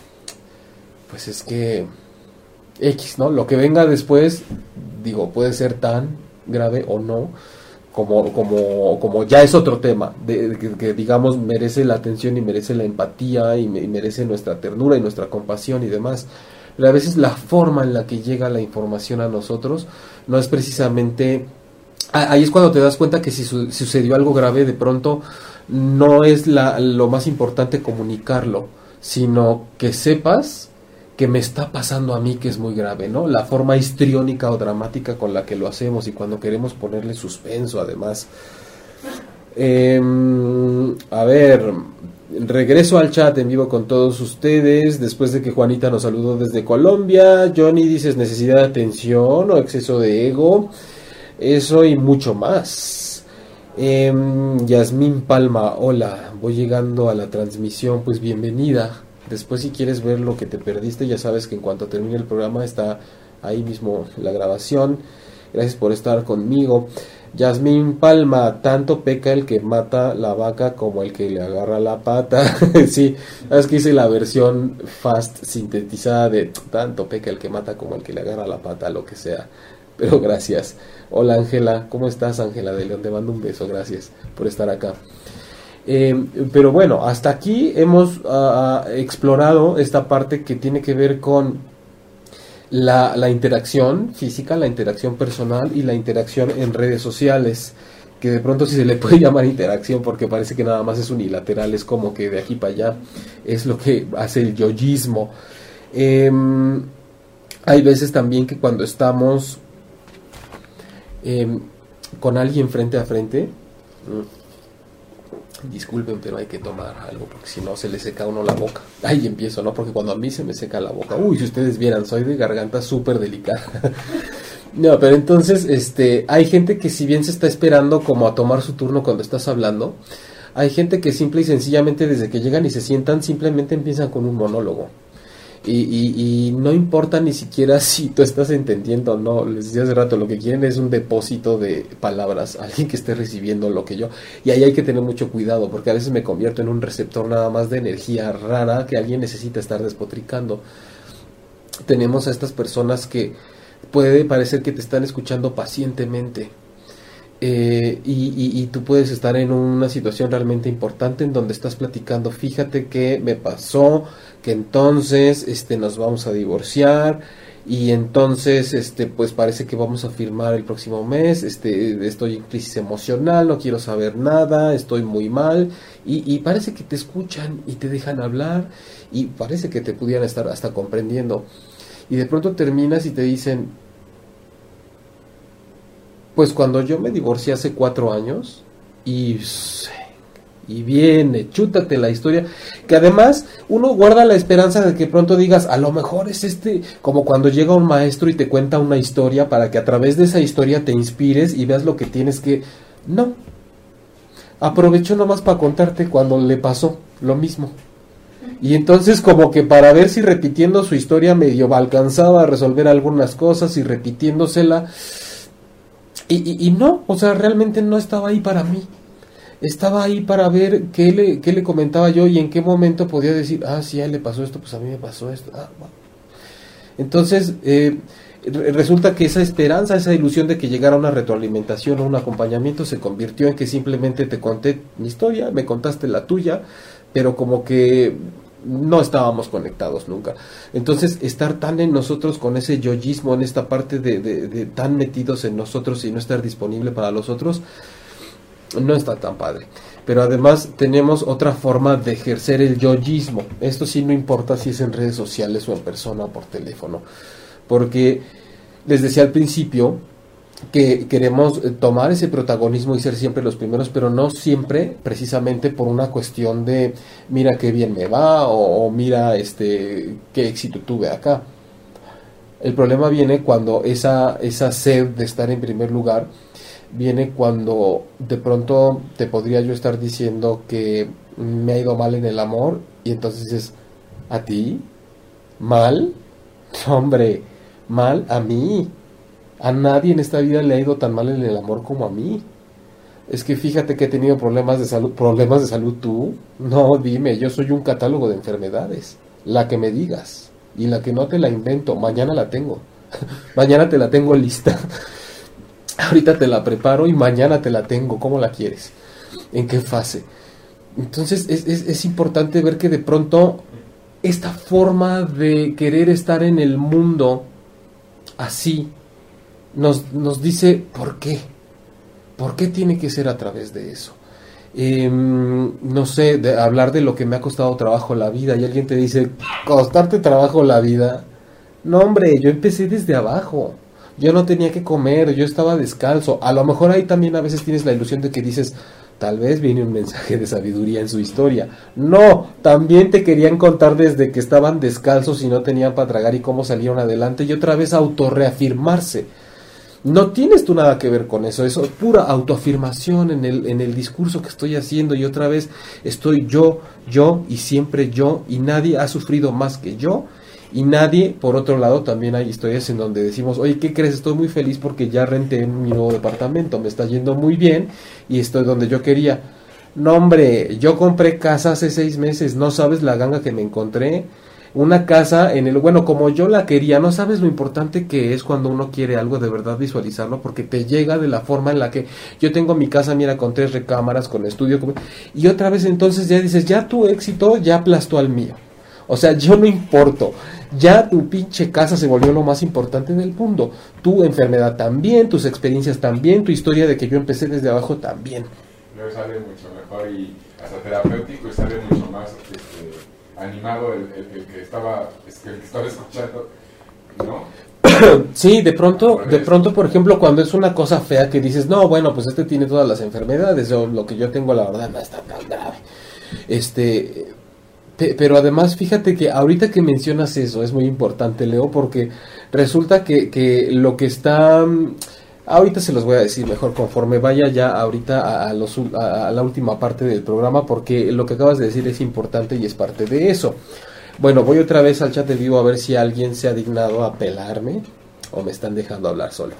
Speaker 2: pues es que X, ¿no? Lo que venga después, digo, puede ser tan grave o no, como como como ya es otro tema, de, de que, que digamos merece la atención y merece la empatía y, me, y merece nuestra ternura y nuestra compasión y demás. Pero a veces la forma en la que llega la información a nosotros no es precisamente... Ahí es cuando te das cuenta que si, su, si sucedió algo grave, de pronto no es la, lo más importante comunicarlo, sino que sepas que me está pasando a mí, que es muy grave, ¿no? La forma histriónica o dramática con la que lo hacemos y cuando queremos ponerle suspenso, además. Eh, a ver, regreso al chat en vivo con todos ustedes, después de que Juanita nos saludó desde Colombia. Johnny dices necesidad de atención o exceso de ego, eso y mucho más. Eh, Yasmín Palma, hola, voy llegando a la transmisión, pues bienvenida. Después si quieres ver lo que te perdiste, ya sabes que en cuanto termine el programa está ahí mismo la grabación. Gracias por estar conmigo. Yasmín Palma, tanto peca el que mata la vaca como el que le agarra la pata. Sí, sabes que hice la versión fast sintetizada de tanto peca el que mata como el que le agarra la pata, lo que sea. Pero gracias. Hola Ángela, ¿cómo estás Ángela de León? Te mando un beso, gracias por estar acá. Eh, pero bueno, hasta aquí hemos uh, explorado esta parte que tiene que ver con la, la interacción física, la interacción personal y la interacción en redes sociales, que de pronto sí se le puede llamar interacción porque parece que nada más es unilateral, es como que de aquí para allá es lo que hace el yoyismo. Eh, hay veces también que cuando estamos eh, con alguien frente a frente, disculpen, pero hay que tomar algo porque si no se le seca a uno la boca. Ahí empiezo, ¿no? Porque cuando a mí se me seca la boca, uy, si ustedes vieran, soy de garganta súper delicada. No, pero entonces, este, hay gente que si bien se está esperando como a tomar su turno cuando estás hablando, hay gente que simple y sencillamente desde que llegan y se sientan, simplemente empiezan con un monólogo. Y, y, y no importa ni siquiera si tú estás entendiendo o no, les decía hace rato, lo que quieren es un depósito de palabras, alguien que esté recibiendo lo que yo, y ahí hay que tener mucho cuidado, porque a veces me convierto en un receptor nada más de energía rara que alguien necesita estar despotricando. Tenemos a estas personas que puede parecer que te están escuchando pacientemente. Eh, y, y, y tú puedes estar en una situación realmente importante en donde estás platicando, fíjate que me pasó, que entonces este, nos vamos a divorciar, y entonces este pues parece que vamos a firmar el próximo mes, este estoy en crisis emocional, no quiero saber nada, estoy muy mal, y, y parece que te escuchan y te dejan hablar, y parece que te pudieran estar hasta comprendiendo, y de pronto terminas y te dicen, pues cuando yo me divorcié hace cuatro años, y, y viene, chútate la historia, que además uno guarda la esperanza de que pronto digas, a lo mejor es este, como cuando llega un maestro y te cuenta una historia para que a través de esa historia te inspires y veas lo que tienes que... No, aprovechó nomás para contarte cuando le pasó lo mismo. Y entonces como que para ver si repitiendo su historia medio alcanzaba a resolver algunas cosas y repitiéndosela... Y, y, y no, o sea, realmente no estaba ahí para mí. Estaba ahí para ver qué le, qué le comentaba yo y en qué momento podía decir, ah, si a él le pasó esto, pues a mí me pasó esto. Ah, bueno. Entonces, eh, resulta que esa esperanza, esa ilusión de que llegara una retroalimentación o un acompañamiento se convirtió en que simplemente te conté mi historia, me contaste la tuya, pero como que no estábamos conectados nunca. Entonces, estar tan en nosotros con ese yoyismo, en esta parte de, de, de tan metidos en nosotros y no estar disponible para los otros, no está tan padre. Pero además tenemos otra forma de ejercer el yoyismo. Esto sí, no importa si es en redes sociales o en persona o por teléfono, porque les decía al principio que queremos tomar ese protagonismo y ser siempre los primeros, pero no siempre precisamente por una cuestión de mira qué bien me va o, o mira este qué éxito tuve acá. El problema viene cuando esa, esa sed de estar en primer lugar viene cuando de pronto te podría yo estar diciendo que me ha ido mal en el amor y entonces dices, ¿a ti? ¿Mal? Hombre, mal a mí. A nadie en esta vida le ha ido tan mal en el amor como a mí. Es que fíjate que he tenido problemas de salud. ¿Problemas de salud tú? No, dime, yo soy un catálogo de enfermedades. La que me digas. Y la que no te la invento, mañana la tengo. Mañana te la tengo lista. Ahorita te la preparo y mañana te la tengo. ¿Cómo la quieres? ¿En qué fase? Entonces es, es, es importante ver que de pronto esta forma de querer estar en el mundo así Nos, nos dice por qué, por qué tiene que ser a través de eso. Eh, no sé, de hablar de lo que me ha costado trabajo la vida y alguien te dice, ¿costarte trabajo la vida? No, hombre, yo empecé desde abajo, yo no tenía que comer, yo estaba descalzo. A lo mejor ahí también a veces tienes la ilusión de que dices, tal vez viene un mensaje de sabiduría en su historia. No, también te querían contar desde que estaban descalzos y no tenían para tragar y cómo salieron adelante y otra vez autorreafirmarse. No tienes tú nada que ver con eso, eso es pura autoafirmación en el, en el discurso que estoy haciendo y otra vez estoy yo, yo y siempre yo y nadie ha sufrido más que yo y nadie, por otro lado también hay historias en donde decimos, oye, ¿qué crees? Estoy muy feliz porque ya renté mi nuevo departamento, me está yendo muy bien y estoy donde yo quería. No, hombre, yo compré casa hace seis meses, no sabes la ganga que me encontré. Una casa en el, bueno, como yo la quería, no sabes lo importante que es cuando uno quiere algo de verdad visualizarlo, porque te llega de la forma en la que yo tengo mi casa, mira, con tres recámaras, con estudio, con... y otra vez entonces ya dices, ya tu éxito ya aplastó al mío, o sea, yo no importo, ya tu pinche casa se volvió lo más importante del mundo, tu enfermedad también, tus experiencias también, tu historia de que yo empecé desde abajo también.
Speaker 3: Luego sale mucho mejor y hasta terapéutico y sale mucho más este, animado el, el, el que estaba el que estaba escuchando, ¿no?
Speaker 2: Sí, de pronto, de pronto, por ejemplo, cuando es una cosa fea que dices, no, bueno, pues este tiene todas las enfermedades, o lo que yo tengo, la verdad, no está tan grave. Este, pe, pero además, fíjate que ahorita que mencionas eso, es muy importante, Leo, porque resulta que, que lo que está... Ahorita se los voy a decir mejor conforme vaya ya ahorita a, a, los, a, a la última parte del programa, porque lo que acabas de decir es importante y es parte de eso. Bueno, voy otra vez al chat de vivo a ver si alguien se ha dignado a pelarme o me están dejando hablar solo.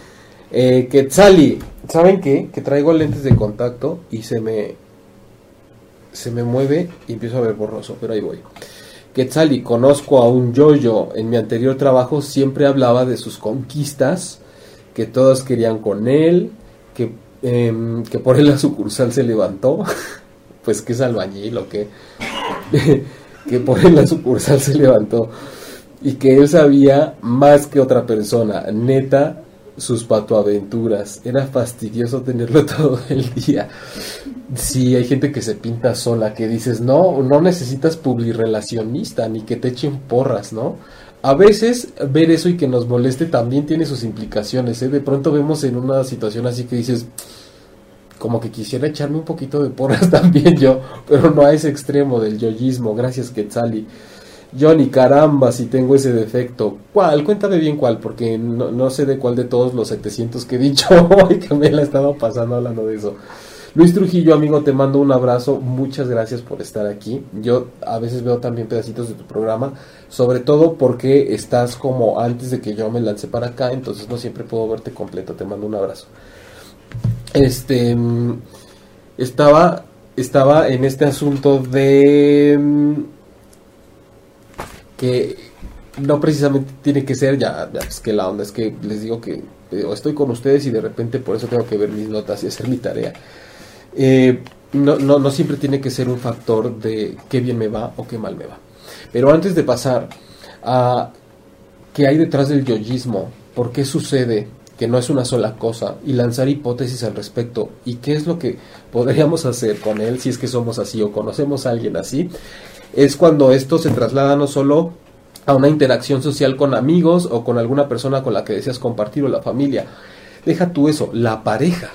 Speaker 2: Eh, Quetzali, ¿saben qué? Que traigo lentes de contacto y se me se me mueve y empiezo a ver borroso, pero ahí voy. Quetzali, conozco a un Yoyo. En mi anterior trabajo siempre hablaba de sus conquistas, que todos querían con él, que, eh, que por él la sucursal se levantó. Pues que es albañil o qué. Que por él la sucursal se levantó. Y que él sabía más que otra persona. Neta, sus patoaventuras. Era fastidioso tenerlo todo el día. Sí, hay gente que se pinta sola, que dices, no, no necesitas publirelacionista, ni que te echen porras, ¿no? A veces ver eso y que nos moleste también tiene sus implicaciones, ¿eh? De pronto vemos en una situación así que dices, como que quisiera echarme un poquito de porras también yo, pero no a ese extremo del yoyismo. Gracias, Quetzali. Johnny, caramba, si tengo ese defecto. ¿Cuál? Cuéntame bien cuál, porque no, no sé de cuál de todos los setecientos que he dicho hoy, que me la he estado pasando hablando de eso. Luis Trujillo, amigo, te mando un abrazo, muchas gracias por estar aquí. Yo a veces veo también pedacitos de tu programa, sobre todo porque estás como antes de que yo me lance para acá, entonces no siempre puedo verte completo. Te mando un abrazo. Este, estaba, estaba en este asunto de que no precisamente tiene que ser, ya, ya es que la onda es que les digo que eh, estoy con ustedes y de repente por eso tengo que ver mis notas y hacer mi tarea. Eh, no, no, no siempre tiene que ser un factor de qué bien me va o qué mal me va. Pero antes de pasar a qué hay detrás del yoyismo, por qué sucede, que no es una sola cosa, y lanzar hipótesis al respecto, y qué es lo que podríamos hacer con él si es que somos así o conocemos a alguien así, es cuando esto se traslada no solo a una interacción social con amigos o con alguna persona con la que deseas compartir o la familia. Deja tú eso, la pareja.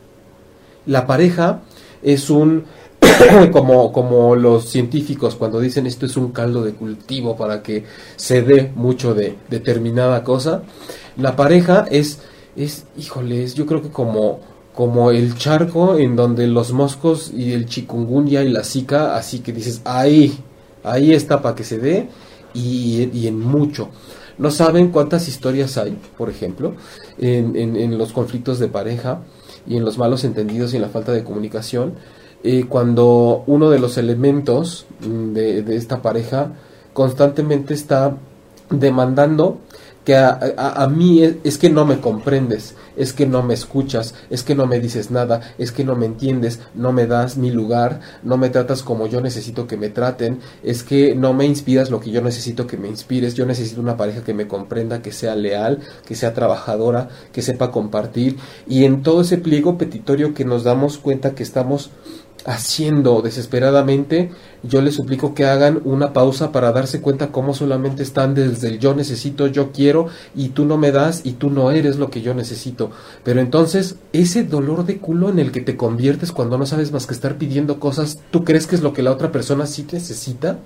Speaker 2: La pareja es un, como, como los científicos cuando dicen esto es un caldo de cultivo para que se dé mucho de determinada cosa. La pareja es, es híjole, es yo creo que como, como el charco en donde los moscos y el chikungunya y la zika, así que dices, ahí, ahí está para que se dé y, y en mucho. No saben cuántas historias hay, por ejemplo, en, en, en los conflictos de pareja y en los malos entendidos y en la falta de comunicación, eh, cuando uno de los elementos de, de esta pareja constantemente está demandando que a, a, a mí es, es que no me comprendes, es que no me escuchas, es que no me dices nada, es que no me entiendes, no me das mi lugar, no me tratas como yo necesito que me traten, es que no me inspiras lo que yo necesito que me inspires. Yo necesito una pareja que me comprenda, que sea leal, que sea trabajadora, que sepa compartir, y en todo ese pliego petitorio que nos damos cuenta que estamos haciendo desesperadamente, yo les suplico que hagan una pausa para darse cuenta cómo solamente están desde el yo necesito, yo quiero, y tú no me das, y tú no eres lo que yo necesito. Pero entonces, ese dolor de culo en el que te conviertes cuando no sabes más que estar pidiendo cosas, ¿tú crees que es lo que la otra persona sí necesita?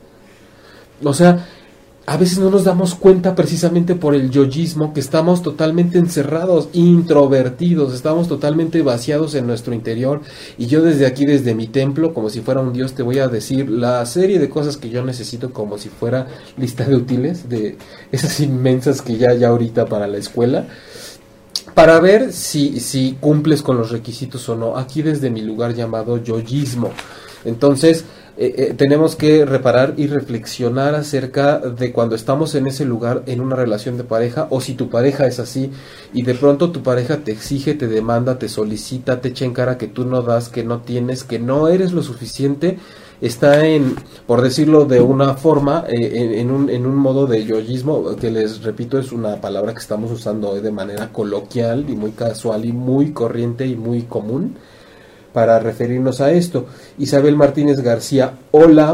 Speaker 2: O sea, a veces no nos damos cuenta precisamente por el yoyismo que estamos totalmente encerrados, introvertidos, estamos totalmente vaciados en nuestro interior, y yo desde aquí, desde mi templo, como si fuera un dios, te voy a decir la serie de cosas que yo necesito, como si fuera lista de útiles, de esas inmensas que ya hay ahorita para la escuela, para ver si, si cumples con los requisitos o no, aquí desde mi lugar llamado yoyismo. Entonces, Eh, eh, tenemos que reparar y reflexionar acerca de cuando estamos en ese lugar en una relación de pareja, o si tu pareja es así y de pronto tu pareja te exige, te demanda, te solicita, te echa en cara que tú no das, que no tienes, que no eres lo suficiente. Está en, por decirlo de una forma, eh, en, en, un, en un modo de yoyismo, que les repito es una palabra que estamos usando hoy de manera coloquial y muy casual y muy corriente y muy común para referirnos a esto. Isabel Martínez García, hola.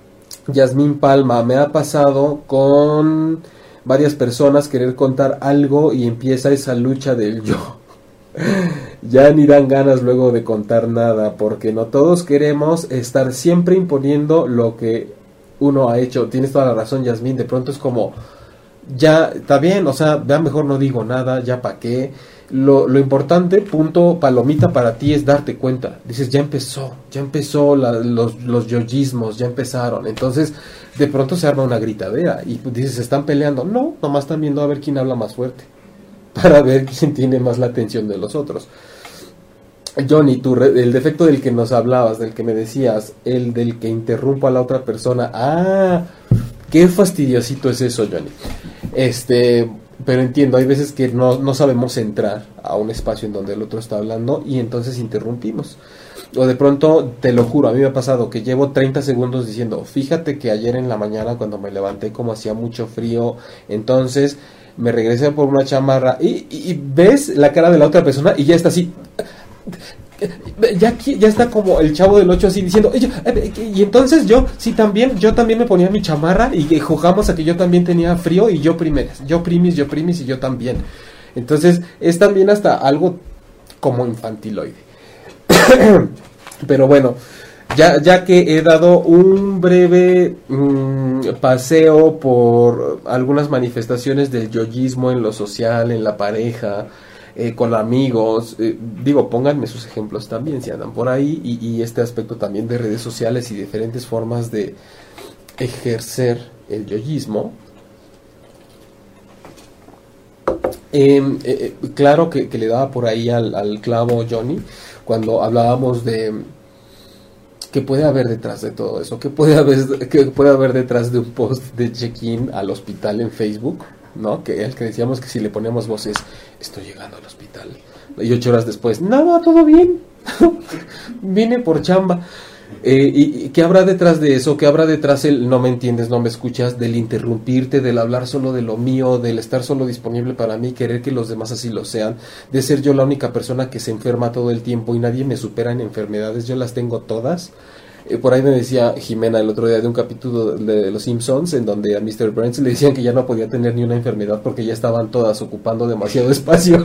Speaker 2: Yasmín Palma, me ha pasado con varias personas querer contar algo y empieza esa lucha del yo. Ya ni dan ganas luego de contar nada, porque no todos queremos estar siempre imponiendo lo que uno ha hecho. Tienes toda la razón, Yasmín, de pronto es como, ya, está bien, o sea, ya mejor no digo nada, ya pa' qué. Lo, lo importante, punto palomita para ti, es darte cuenta. Dices, ya empezó, ya empezó la, los, los yoyismos, ya empezaron. Entonces, de pronto se arma una gritadera y dices, ¿se están peleando? No, nomás están viendo a ver quién habla más fuerte, para ver quién tiene más la atención de los otros. Johnny, tu re, el defecto del que nos hablabas, del que me decías, el del que interrumpo a la otra persona. Ah, Qué fastidiosito es eso, Johnny. Este, pero entiendo, hay veces que no, no sabemos entrar a un espacio en donde el otro está hablando y entonces interrumpimos. O de pronto, te lo juro, a mí me ha pasado que llevo treinta segundos diciendo, fíjate que ayer en la mañana cuando me levanté como hacía mucho frío, entonces me regresé por una chamarra y, y, y ves la cara de la otra persona y ya está así, ya, ya está como el Chavo del Ocho así diciendo, y, yo, y entonces yo, sí también, yo también me ponía mi chamarra y jugamos a que yo también tenía frío y yo primeras, yo primis, yo primis y yo también. Entonces es también hasta algo como infantiloide. Pero bueno, ya, ya que he dado un breve mmm, paseo por algunas manifestaciones del yoyismo en lo social, en la pareja, eh, con amigos, eh, digo, pónganme sus ejemplos también si andan por ahí, y, y este aspecto también de redes sociales y diferentes formas de ejercer el yoyismo. Eh, eh, claro que, que le daba por ahí al, al clavo Johnny cuando hablábamos de qué puede haber detrás de todo eso, qué puede haber, qué puede haber detrás de un post de check-in al hospital en Facebook, ¿no? Que el que decíamos que si le ponemos voces, estoy llegando al hospital, y ocho horas después, nada, todo bien, vine por chamba. Eh, y, y qué habrá detrás de eso, qué habrá detrás el no me entiendes, no me escuchas, del interrumpirte, del hablar solo de lo mío, del estar solo disponible para mí, querer que los demás así lo sean, de ser yo la única persona que se enferma todo el tiempo y nadie me supera en enfermedades, yo las tengo todas. Eh, por ahí me decía Jimena el otro día de un capítulo de Los Simpsons en donde a míster Burns le decían que ya no podía tener ni una enfermedad porque ya estaban todas ocupando demasiado espacio.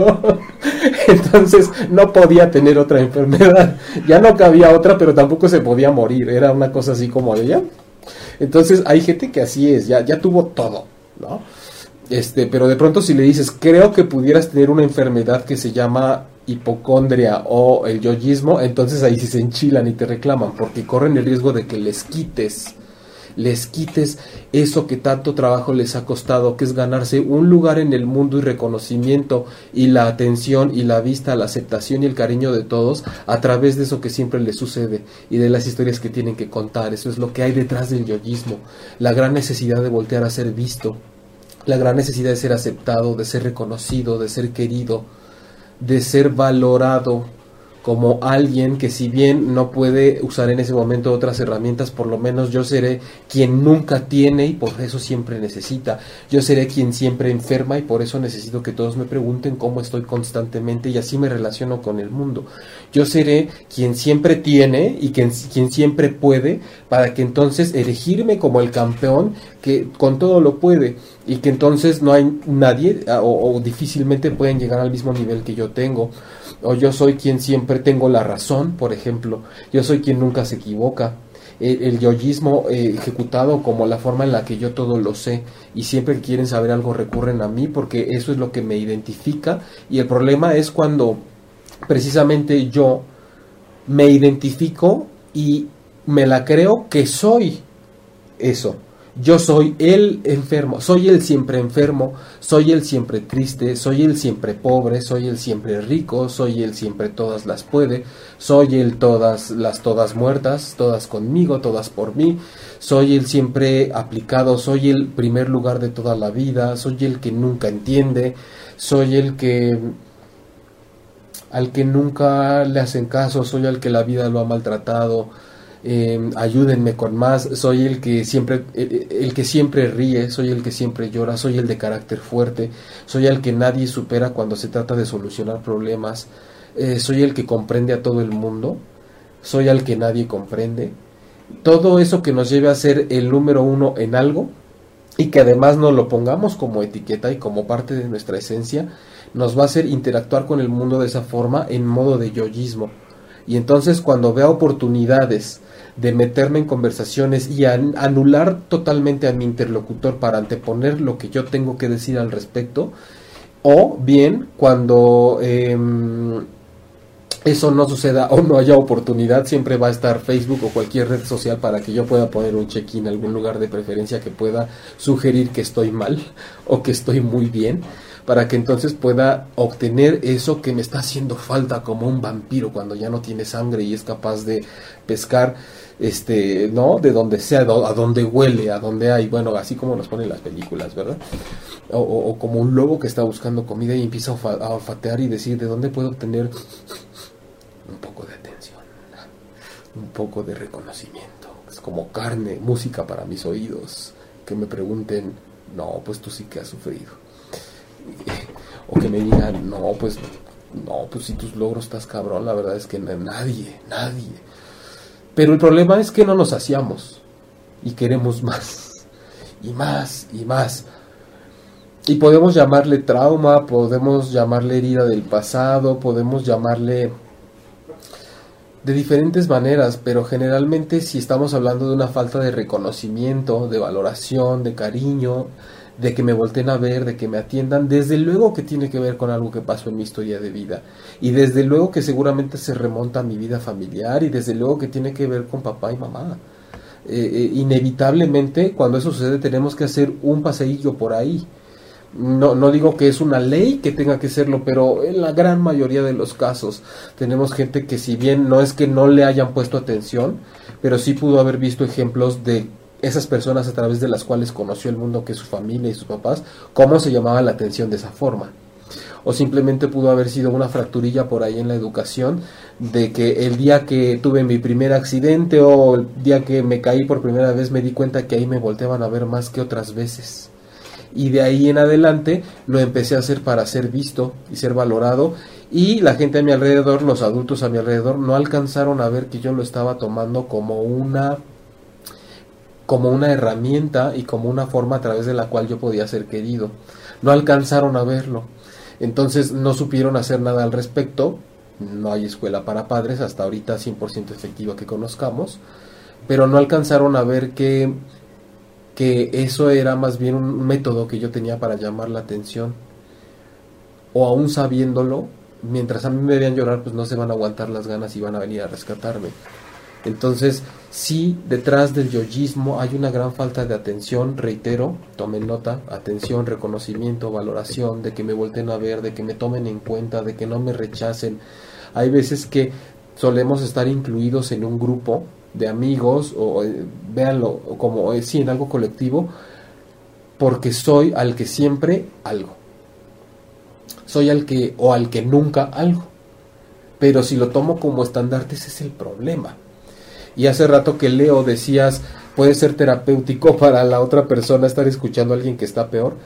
Speaker 2: Entonces no podía tener otra enfermedad, ya no cabía otra, pero tampoco se podía morir, era una cosa así como de ya. Entonces hay gente que así es, ya, ya tuvo todo, ¿no? Este, pero de pronto si le dices, creo que pudieras tener una enfermedad que se llama hipocondria o el yoyismo, entonces ahí sí se enchilan y te reclaman, porque corren el riesgo de que les quites les quites eso que tanto trabajo les ha costado, que es ganarse un lugar en el mundo y reconocimiento y la atención y la vista, la aceptación y el cariño de todos a través de eso que siempre les sucede y de las historias que tienen que contar. Eso es lo que hay detrás del yoyismo, la gran necesidad de voltear a ser visto, la gran necesidad de ser aceptado, de ser reconocido, de ser querido, de ser valorado como alguien que, si bien no puede usar en ese momento otras herramientas, por lo menos yo seré quien nunca tiene y por eso siempre necesita. Yo seré quien siempre enferma y por eso necesito que todos me pregunten cómo estoy constantemente y así me relaciono con el mundo. Yo seré quien siempre tiene y quien, quien siempre puede, para que entonces erigirme como el campeón que con todo lo puede y que entonces no hay nadie o, o difícilmente pueden llegar al mismo nivel que yo tengo. O yo soy quien siempre tengo la razón, por ejemplo. Yo soy quien nunca se equivoca. El, el yoyismo eh, ejecutado como la forma en la que yo todo lo sé. Y siempre que quieren saber algo recurren a mí porque eso es lo que me identifica. Y el problema es cuando precisamente yo me identifico y me la creo que soy eso. Yo soy el enfermo, soy el siempre enfermo, soy el siempre triste, soy el siempre pobre, soy el siempre rico, soy el siempre todas las puede, soy el todas las todas muertas, todas conmigo, todas por mí, soy el siempre aplicado, soy el primer lugar de toda la vida, soy el que nunca entiende, soy el que al que nunca le hacen caso, soy el que la vida lo ha maltratado. Eh, ayúdenme con más, soy el que siempre el, el que siempre ríe, soy el que siempre llora, soy el de carácter fuerte, soy el que nadie supera cuando se trata de solucionar problemas, eh, soy el que comprende a todo el mundo, soy el que nadie comprende. Todo eso que nos lleve a ser el número uno en algo y que además nos lo pongamos como etiqueta y como parte de nuestra esencia, nos va a hacer interactuar con el mundo de esa forma en modo de yoyismo. Y entonces cuando vea oportunidades de meterme en conversaciones y an- anular totalmente a mi interlocutor para anteponer lo que yo tengo que decir al respecto, o bien cuando eh, eso no suceda o no haya oportunidad, siempre va a estar Facebook o cualquier red social para que yo pueda poner un check-in en algún lugar de preferencia que pueda sugerir que estoy mal o que estoy muy bien, para que entonces pueda obtener eso que me está haciendo falta, como un vampiro cuando ya no tiene sangre y es capaz de pescar, este, ¿no? De donde sea, a donde huele, a donde hay, bueno, así como nos ponen las películas, ¿verdad? O, o, o como un lobo que está buscando comida y empieza a, olfa- a olfatear y decir, ¿de dónde puedo obtener un poco de atención, un poco de reconocimiento? Es como carne, música para mis oídos, que me pregunten, no, pues tú sí que has sufrido, o que me digan, no, pues no, pues si tus logros estás cabrón, la verdad es que nadie, nadie. Pero el problema es que no nos saciamos y queremos más y más y más. Y podemos llamarle trauma, podemos llamarle herida del pasado, podemos llamarle de diferentes maneras, pero generalmente si estamos hablando de una falta de reconocimiento, de valoración, de cariño, de que me volteen a ver, de que me atiendan, desde luego que tiene que ver con algo que pasó en mi historia de vida, y desde luego que seguramente se remonta a mi vida familiar, y desde luego que tiene que ver con papá y mamá. Eh, eh, inevitablemente cuando eso sucede tenemos que hacer un paseillo por ahí. No, no digo que es una ley que tenga que serlo, pero en la gran mayoría de los casos tenemos gente que, si bien no es que no le hayan puesto atención, pero sí pudo haber visto ejemplos de esas personas a través de las cuales conoció el mundo, que es su familia y sus papás, cómo se llamaba la atención de esa forma. O simplemente pudo haber sido una fracturilla por ahí en la educación, de que el día que tuve mi primer accidente o el día que me caí por primera vez me di cuenta que ahí me volteaban a ver más que otras veces. Y de ahí en adelante lo empecé a hacer para ser visto y ser valorado, y la gente a mi alrededor, los adultos a mi alrededor, no alcanzaron a ver que yo lo estaba tomando como una como una herramienta y como una forma a través de la cual yo podía ser querido. No alcanzaron a verlo, entonces no supieron hacer nada al respecto. No hay escuela para padres hasta ahorita cien por ciento efectiva que conozcamos, pero no alcanzaron a ver que que eso era más bien un método que yo tenía para llamar la atención, o aún sabiéndolo, mientras a mí me vean llorar, pues no se van a aguantar las ganas y van a venir a rescatarme. Entonces, sí, detrás del yoyismo hay una gran falta de atención, reitero, tomen nota, atención, reconocimiento, valoración, de que me volteen a ver, de que me tomen en cuenta, de que no me rechacen. Hay veces que solemos estar incluidos en un grupo de amigos, o eh, véanlo como eh, sí, en algo colectivo, porque soy al que siempre algo, soy al que o al que nunca algo, pero si lo tomo como estandarte, ese es el problema. Y hace rato que Leo decías, puede ser terapéutico para la otra persona estar escuchando a alguien que está peor.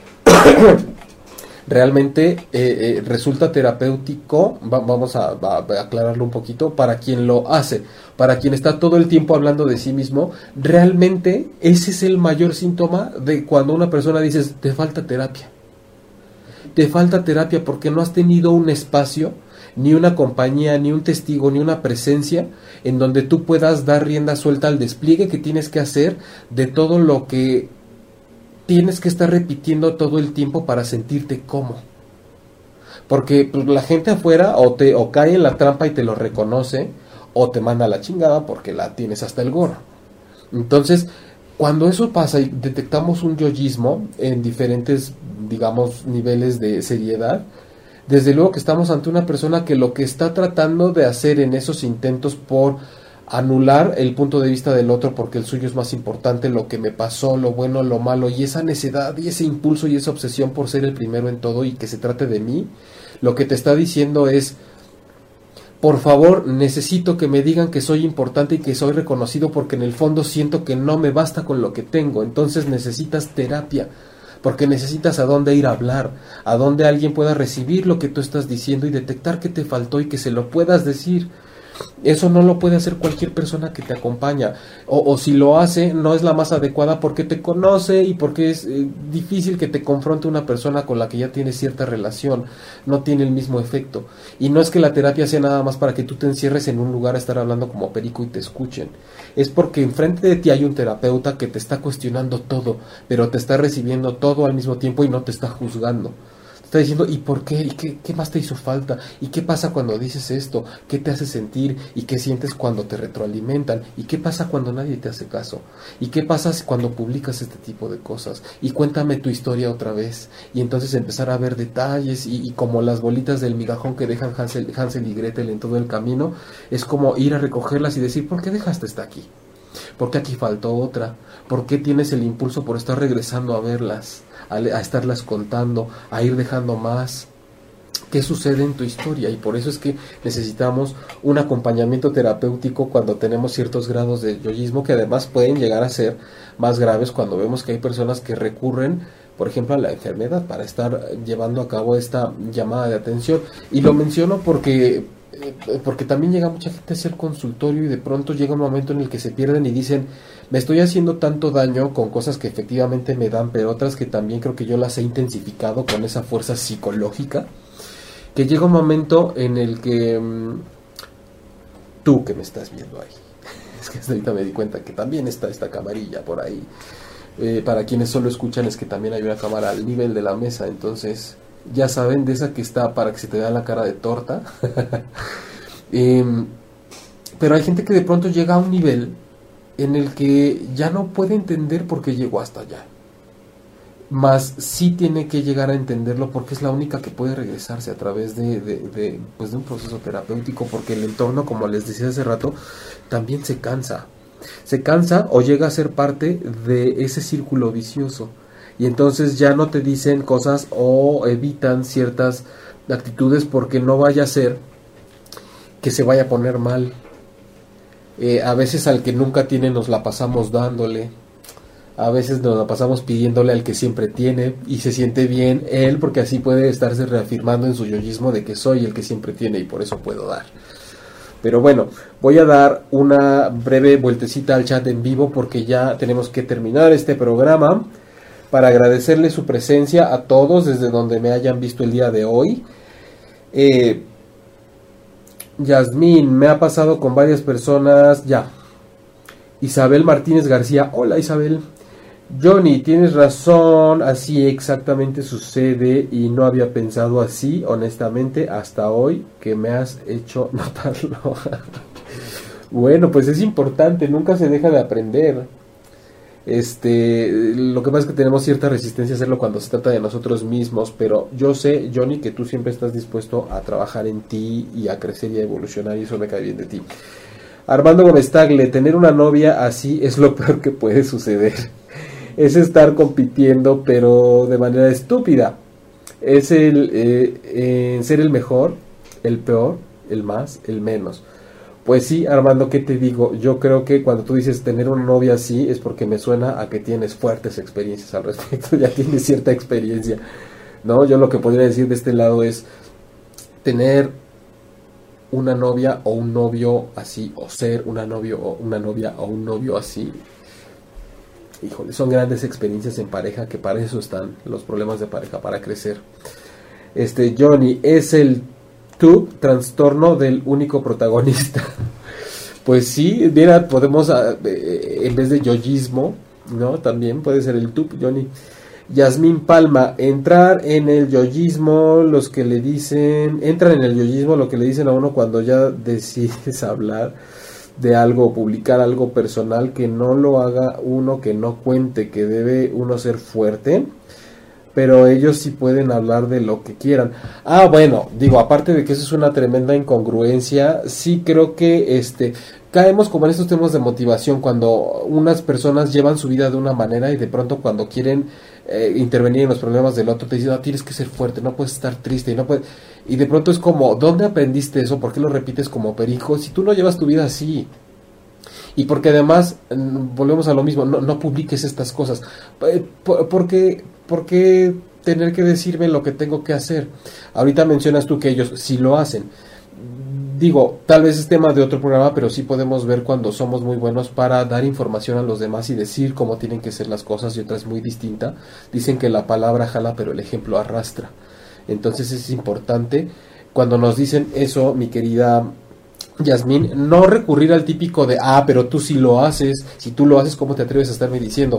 Speaker 2: Realmente eh, eh, resulta terapéutico, va, vamos a, a, a aclararlo un poquito, para quien lo hace, para quien está todo el tiempo hablando de sí mismo. Realmente ese es el mayor síntoma de cuando una persona dice, te falta terapia, te falta terapia porque no has tenido un espacio, ni una compañía, ni un testigo, ni una presencia en donde tú puedas dar rienda suelta al despliegue que tienes que hacer de todo lo que tienes que estar repitiendo todo el tiempo para sentirte cómodo. Porque pues, la gente afuera o te o cae en la trampa y te lo reconoce, o te manda a la chingada porque la tienes hasta el gorro. Entonces, cuando eso pasa y detectamos un yoyismo en diferentes, digamos, niveles de seriedad, desde luego que estamos ante una persona que lo que está tratando de hacer en esos intentos por anular el punto de vista del otro porque el suyo es más importante, lo que me pasó, lo bueno, lo malo, y esa necedad y ese impulso y esa obsesión por ser el primero en todo y que se trate de mí, lo que te está diciendo es, por favor, necesito que me digan que soy importante y que soy reconocido, porque en el fondo siento que no me basta con lo que tengo. Entonces necesitas terapia, porque necesitas a dónde ir a hablar, a dónde alguien pueda recibir lo que tú estás diciendo y detectar que te faltó y que se lo puedas decir. Eso no lo puede hacer cualquier persona que te acompaña, o, o si lo hace no es la más adecuada porque te conoce y porque es eh, difícil que te confronte una persona con la que ya tienes cierta relación, no tiene el mismo efecto. Y no es que la terapia sea nada más para que tú te encierres en un lugar a estar hablando como perico y te escuchen, es porque enfrente de ti hay un terapeuta que te está cuestionando todo, pero te está recibiendo todo al mismo tiempo y no te está juzgando. Está diciendo, ¿y por qué? ¿Y qué, qué más te hizo falta? ¿Y qué pasa cuando dices esto? ¿Qué te hace sentir? ¿Y qué sientes cuando te retroalimentan? ¿Y qué pasa cuando nadie te hace caso? ¿Y qué pasa cuando publicas este tipo de cosas? Y cuéntame tu historia otra vez. Y entonces empezar a ver detalles y, y como las bolitas del migajón que dejan Hansel, Hansel y Gretel en todo el camino, es como ir a recogerlas y decir, ¿por qué dejaste esta aquí? ¿Por qué aquí faltó otra? ¿Por qué tienes el impulso por estar regresando a verlas? A, a estarlas contando, a ir dejando más. ¿Qué sucede en tu historia? Y por eso es que necesitamos un acompañamiento terapéutico cuando tenemos ciertos grados de yoyismo, que además pueden llegar a ser más graves cuando vemos que hay personas que recurren, por ejemplo, a la enfermedad para estar llevando a cabo esta llamada de atención. Y lo menciono porque porque también llega mucha gente hacia el consultorio y de pronto llega un momento en el que se pierden y dicen, me estoy haciendo tanto daño con cosas que efectivamente me dan, pero otras que también creo que yo las he intensificado con esa fuerza psicológica, que llega un momento en el que mmm, tú que me estás viendo ahí, es que hasta ahorita me di cuenta que también está esta camarilla por ahí, eh, para quienes solo escuchan es que también hay una cámara al nivel de la mesa, entonces ya saben, de esa que está para que se te vea la cara de torta. eh, pero hay gente que de pronto llega a un nivel en el que ya no puede entender por qué llegó hasta allá, más sí tiene que llegar a entenderlo porque es la única que puede regresarse a través de, de, de, pues de un proceso terapéutico, porque el entorno, como les decía hace rato, también se cansa se cansa o llega a ser parte de ese círculo vicioso. Y entonces ya no te dicen cosas o evitan ciertas actitudes porque no vaya a ser que se vaya a poner mal. Eh, a veces al que nunca tiene nos la pasamos dándole. A veces nos la pasamos pidiéndole al que siempre tiene y se siente bien él porque así puede estarse reafirmando en su yoyismo de que soy el que siempre tiene y por eso puedo dar. Pero bueno, voy a dar una breve vueltecita al chat en vivo porque ya tenemos que terminar este programa. Para agradecerle su presencia a todos desde donde me hayan visto el día de hoy. Eh, Yasmín, me ha pasado con varias personas, ya. Isabel Martínez García, hola Isabel. Johnny, tienes razón, así exactamente sucede y no había pensado así, honestamente, hasta hoy que me has hecho notarlo. Bueno, pues es importante, nunca se deja de aprender. Este, lo que pasa es que tenemos cierta resistencia a hacerlo cuando se trata de nosotros mismos, pero yo sé, Johnny, que tú siempre estás dispuesto a trabajar en ti y a crecer y a evolucionar y eso me cae bien de ti. Armando Gómez Tagle, tener una novia así es lo peor que puede suceder. Es estar compitiendo pero de manera estúpida. Es el eh, eh, ser el mejor, el peor, el más, el menos. Pues sí, Armando, ¿qué te digo? Yo creo que cuando tú dices tener una novia así es porque me suena a que tienes fuertes experiencias al respecto, ya tienes cierta experiencia, ¿no? Yo lo que podría decir de este lado es tener una novia o un novio así, o ser una novio o una novia o un novio así. Híjole, son grandes experiencias en pareja, que para eso están los problemas de pareja, para crecer. Este, Johnny, es el tu trastorno del único protagonista. Pues sí, mira, podemos eh, en vez de yoyismo, ¿no? También puede ser el tu, Johnny. Yasmín Palma, entrar en el yoyismo, los que le dicen, entran en el yoyismo lo que le dicen a uno cuando ya decides hablar de algo, publicar algo personal, que no lo haga uno, que no cuente, que debe uno ser fuerte. Pero ellos sí pueden hablar de lo que quieran. Ah, bueno, digo, aparte de que eso es una tremenda incongruencia, sí creo que este caemos como en estos temas de motivación, cuando unas personas llevan su vida de una manera y de pronto cuando quieren eh, intervenir en los problemas del otro te dicen, no, tienes que ser fuerte, no puedes estar triste, y no puedes... Y de pronto es como, ¿dónde aprendiste eso? ¿Por qué lo repites como perico? Si tú no llevas tu vida así. Y porque además, volvemos a lo mismo, no, no publiques estas cosas. ¿Por, por qué, ¿Por qué tener que decirme lo que tengo que hacer? Ahorita mencionas tú que ellos sí lo hacen. Digo, tal vez es tema de otro programa, pero sí podemos ver cuando somos muy buenos para dar información a los demás y decir cómo tienen que ser las cosas, y otra es muy distinta. Dicen que la palabra jala, pero el ejemplo arrastra. Entonces es importante, cuando nos dicen eso, mi querida Yasmín, no recurrir al típico de, ah, pero tú sí lo haces, si tú lo haces, ¿cómo te atreves a estarme diciendo?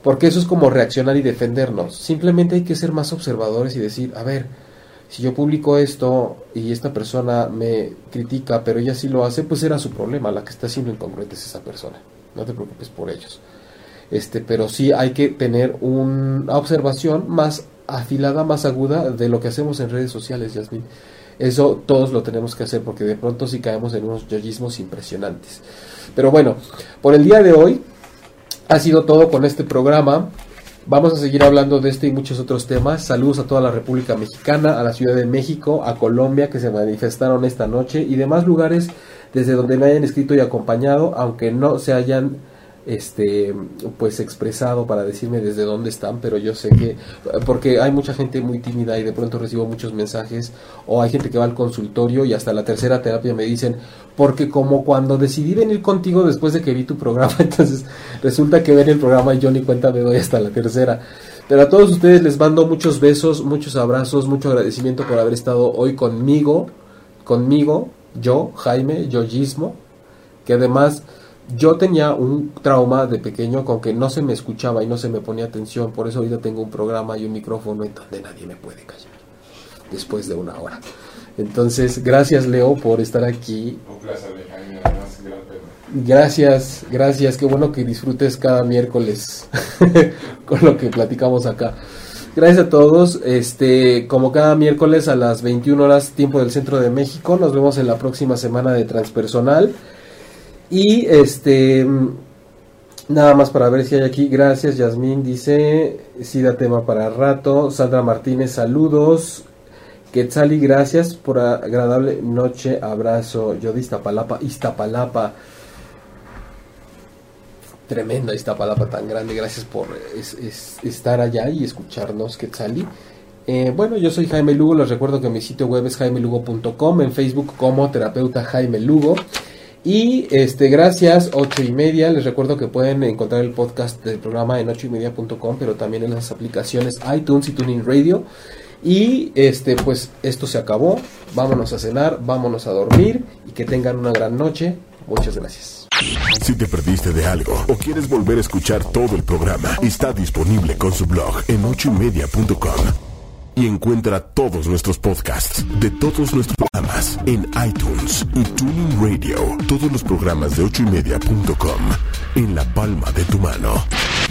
Speaker 2: porque eso es como reaccionar y defendernos. Simplemente hay que ser más observadores y decir, a ver, si yo publico esto y esta persona me critica, pero ella sí lo hace, pues era su problema, la que está siendo incongruente es esa persona, no te preocupes por ellos. Este, pero sí hay que tener una observación más afilada, más aguda de lo que hacemos en redes sociales, Yasmín. Eso todos lo tenemos que hacer, porque de pronto sí caemos en unos yoyismos impresionantes. Pero bueno, por el día de hoy ha sido todo con este programa. Vamos a seguir hablando de este y muchos otros temas. Saludos a toda la República Mexicana, a la Ciudad de México, a Colombia, que se manifestaron esta noche, y demás lugares desde donde me hayan escrito y acompañado, aunque no se hayan este pues expresado para decirme desde dónde están, pero yo sé que, porque hay mucha gente muy tímida y de pronto recibo muchos mensajes, o hay gente que va al consultorio y hasta la tercera terapia me dicen, porque como cuando decidí venir contigo después de que vi tu programa, entonces resulta que ven el programa y yo ni cuenta me doy hasta la tercera. Pero a todos ustedes les mando muchos besos, muchos abrazos, mucho agradecimiento por haber estado hoy conmigo, conmigo, yo, Jaime, yoyismo, que además yo tenía un trauma de pequeño con que no se me escuchaba y no se me ponía atención, por eso ahorita tengo un programa y un micrófono en donde nadie me puede callar después de una hora. Entonces, gracias Leo por estar aquí.
Speaker 3: Un placer, Jaime, además, gran pena.
Speaker 2: Gracias, gracias, qué bueno que disfrutes cada miércoles con lo que platicamos acá. Gracias a todos, este, como cada miércoles a las veintiuna horas tiempo del Centro de México, nos vemos en la próxima semana de Transpersonal. Y este, nada más para ver si hay aquí. Gracias, Yasmín dice, sí da tema para rato. Sandra Martínez, saludos. Quetzali, gracias por agradable noche, abrazo. Yo de Iztapalapa, Iztapalapa. Tremenda Iztapalapa tan grande, gracias por es, es, estar allá y escucharnos, Quetzali. Eh, bueno, yo soy Jaime Lugo, les recuerdo que mi sitio web es jaime lugo punto com, en Facebook como terapeuta Jaime Lugo. Y este, gracias, ocho y media, les recuerdo que pueden encontrar el podcast del programa en ocho y media punto com, pero también en las aplicaciones iTunes y TuneIn Radio. Y este, pues esto se acabó, vámonos a cenar, vámonos a dormir y que tengan una gran noche. Muchas gracias.
Speaker 1: Si te perdiste de algo o quieres volver a escuchar todo el programa, está disponible con su blog en ocho y media punto com. Y encuentra todos nuestros podcasts de todos nuestros programas en iTunes y TuneIn Radio. Todos los programas de ocho y media punto com en la palma de tu mano.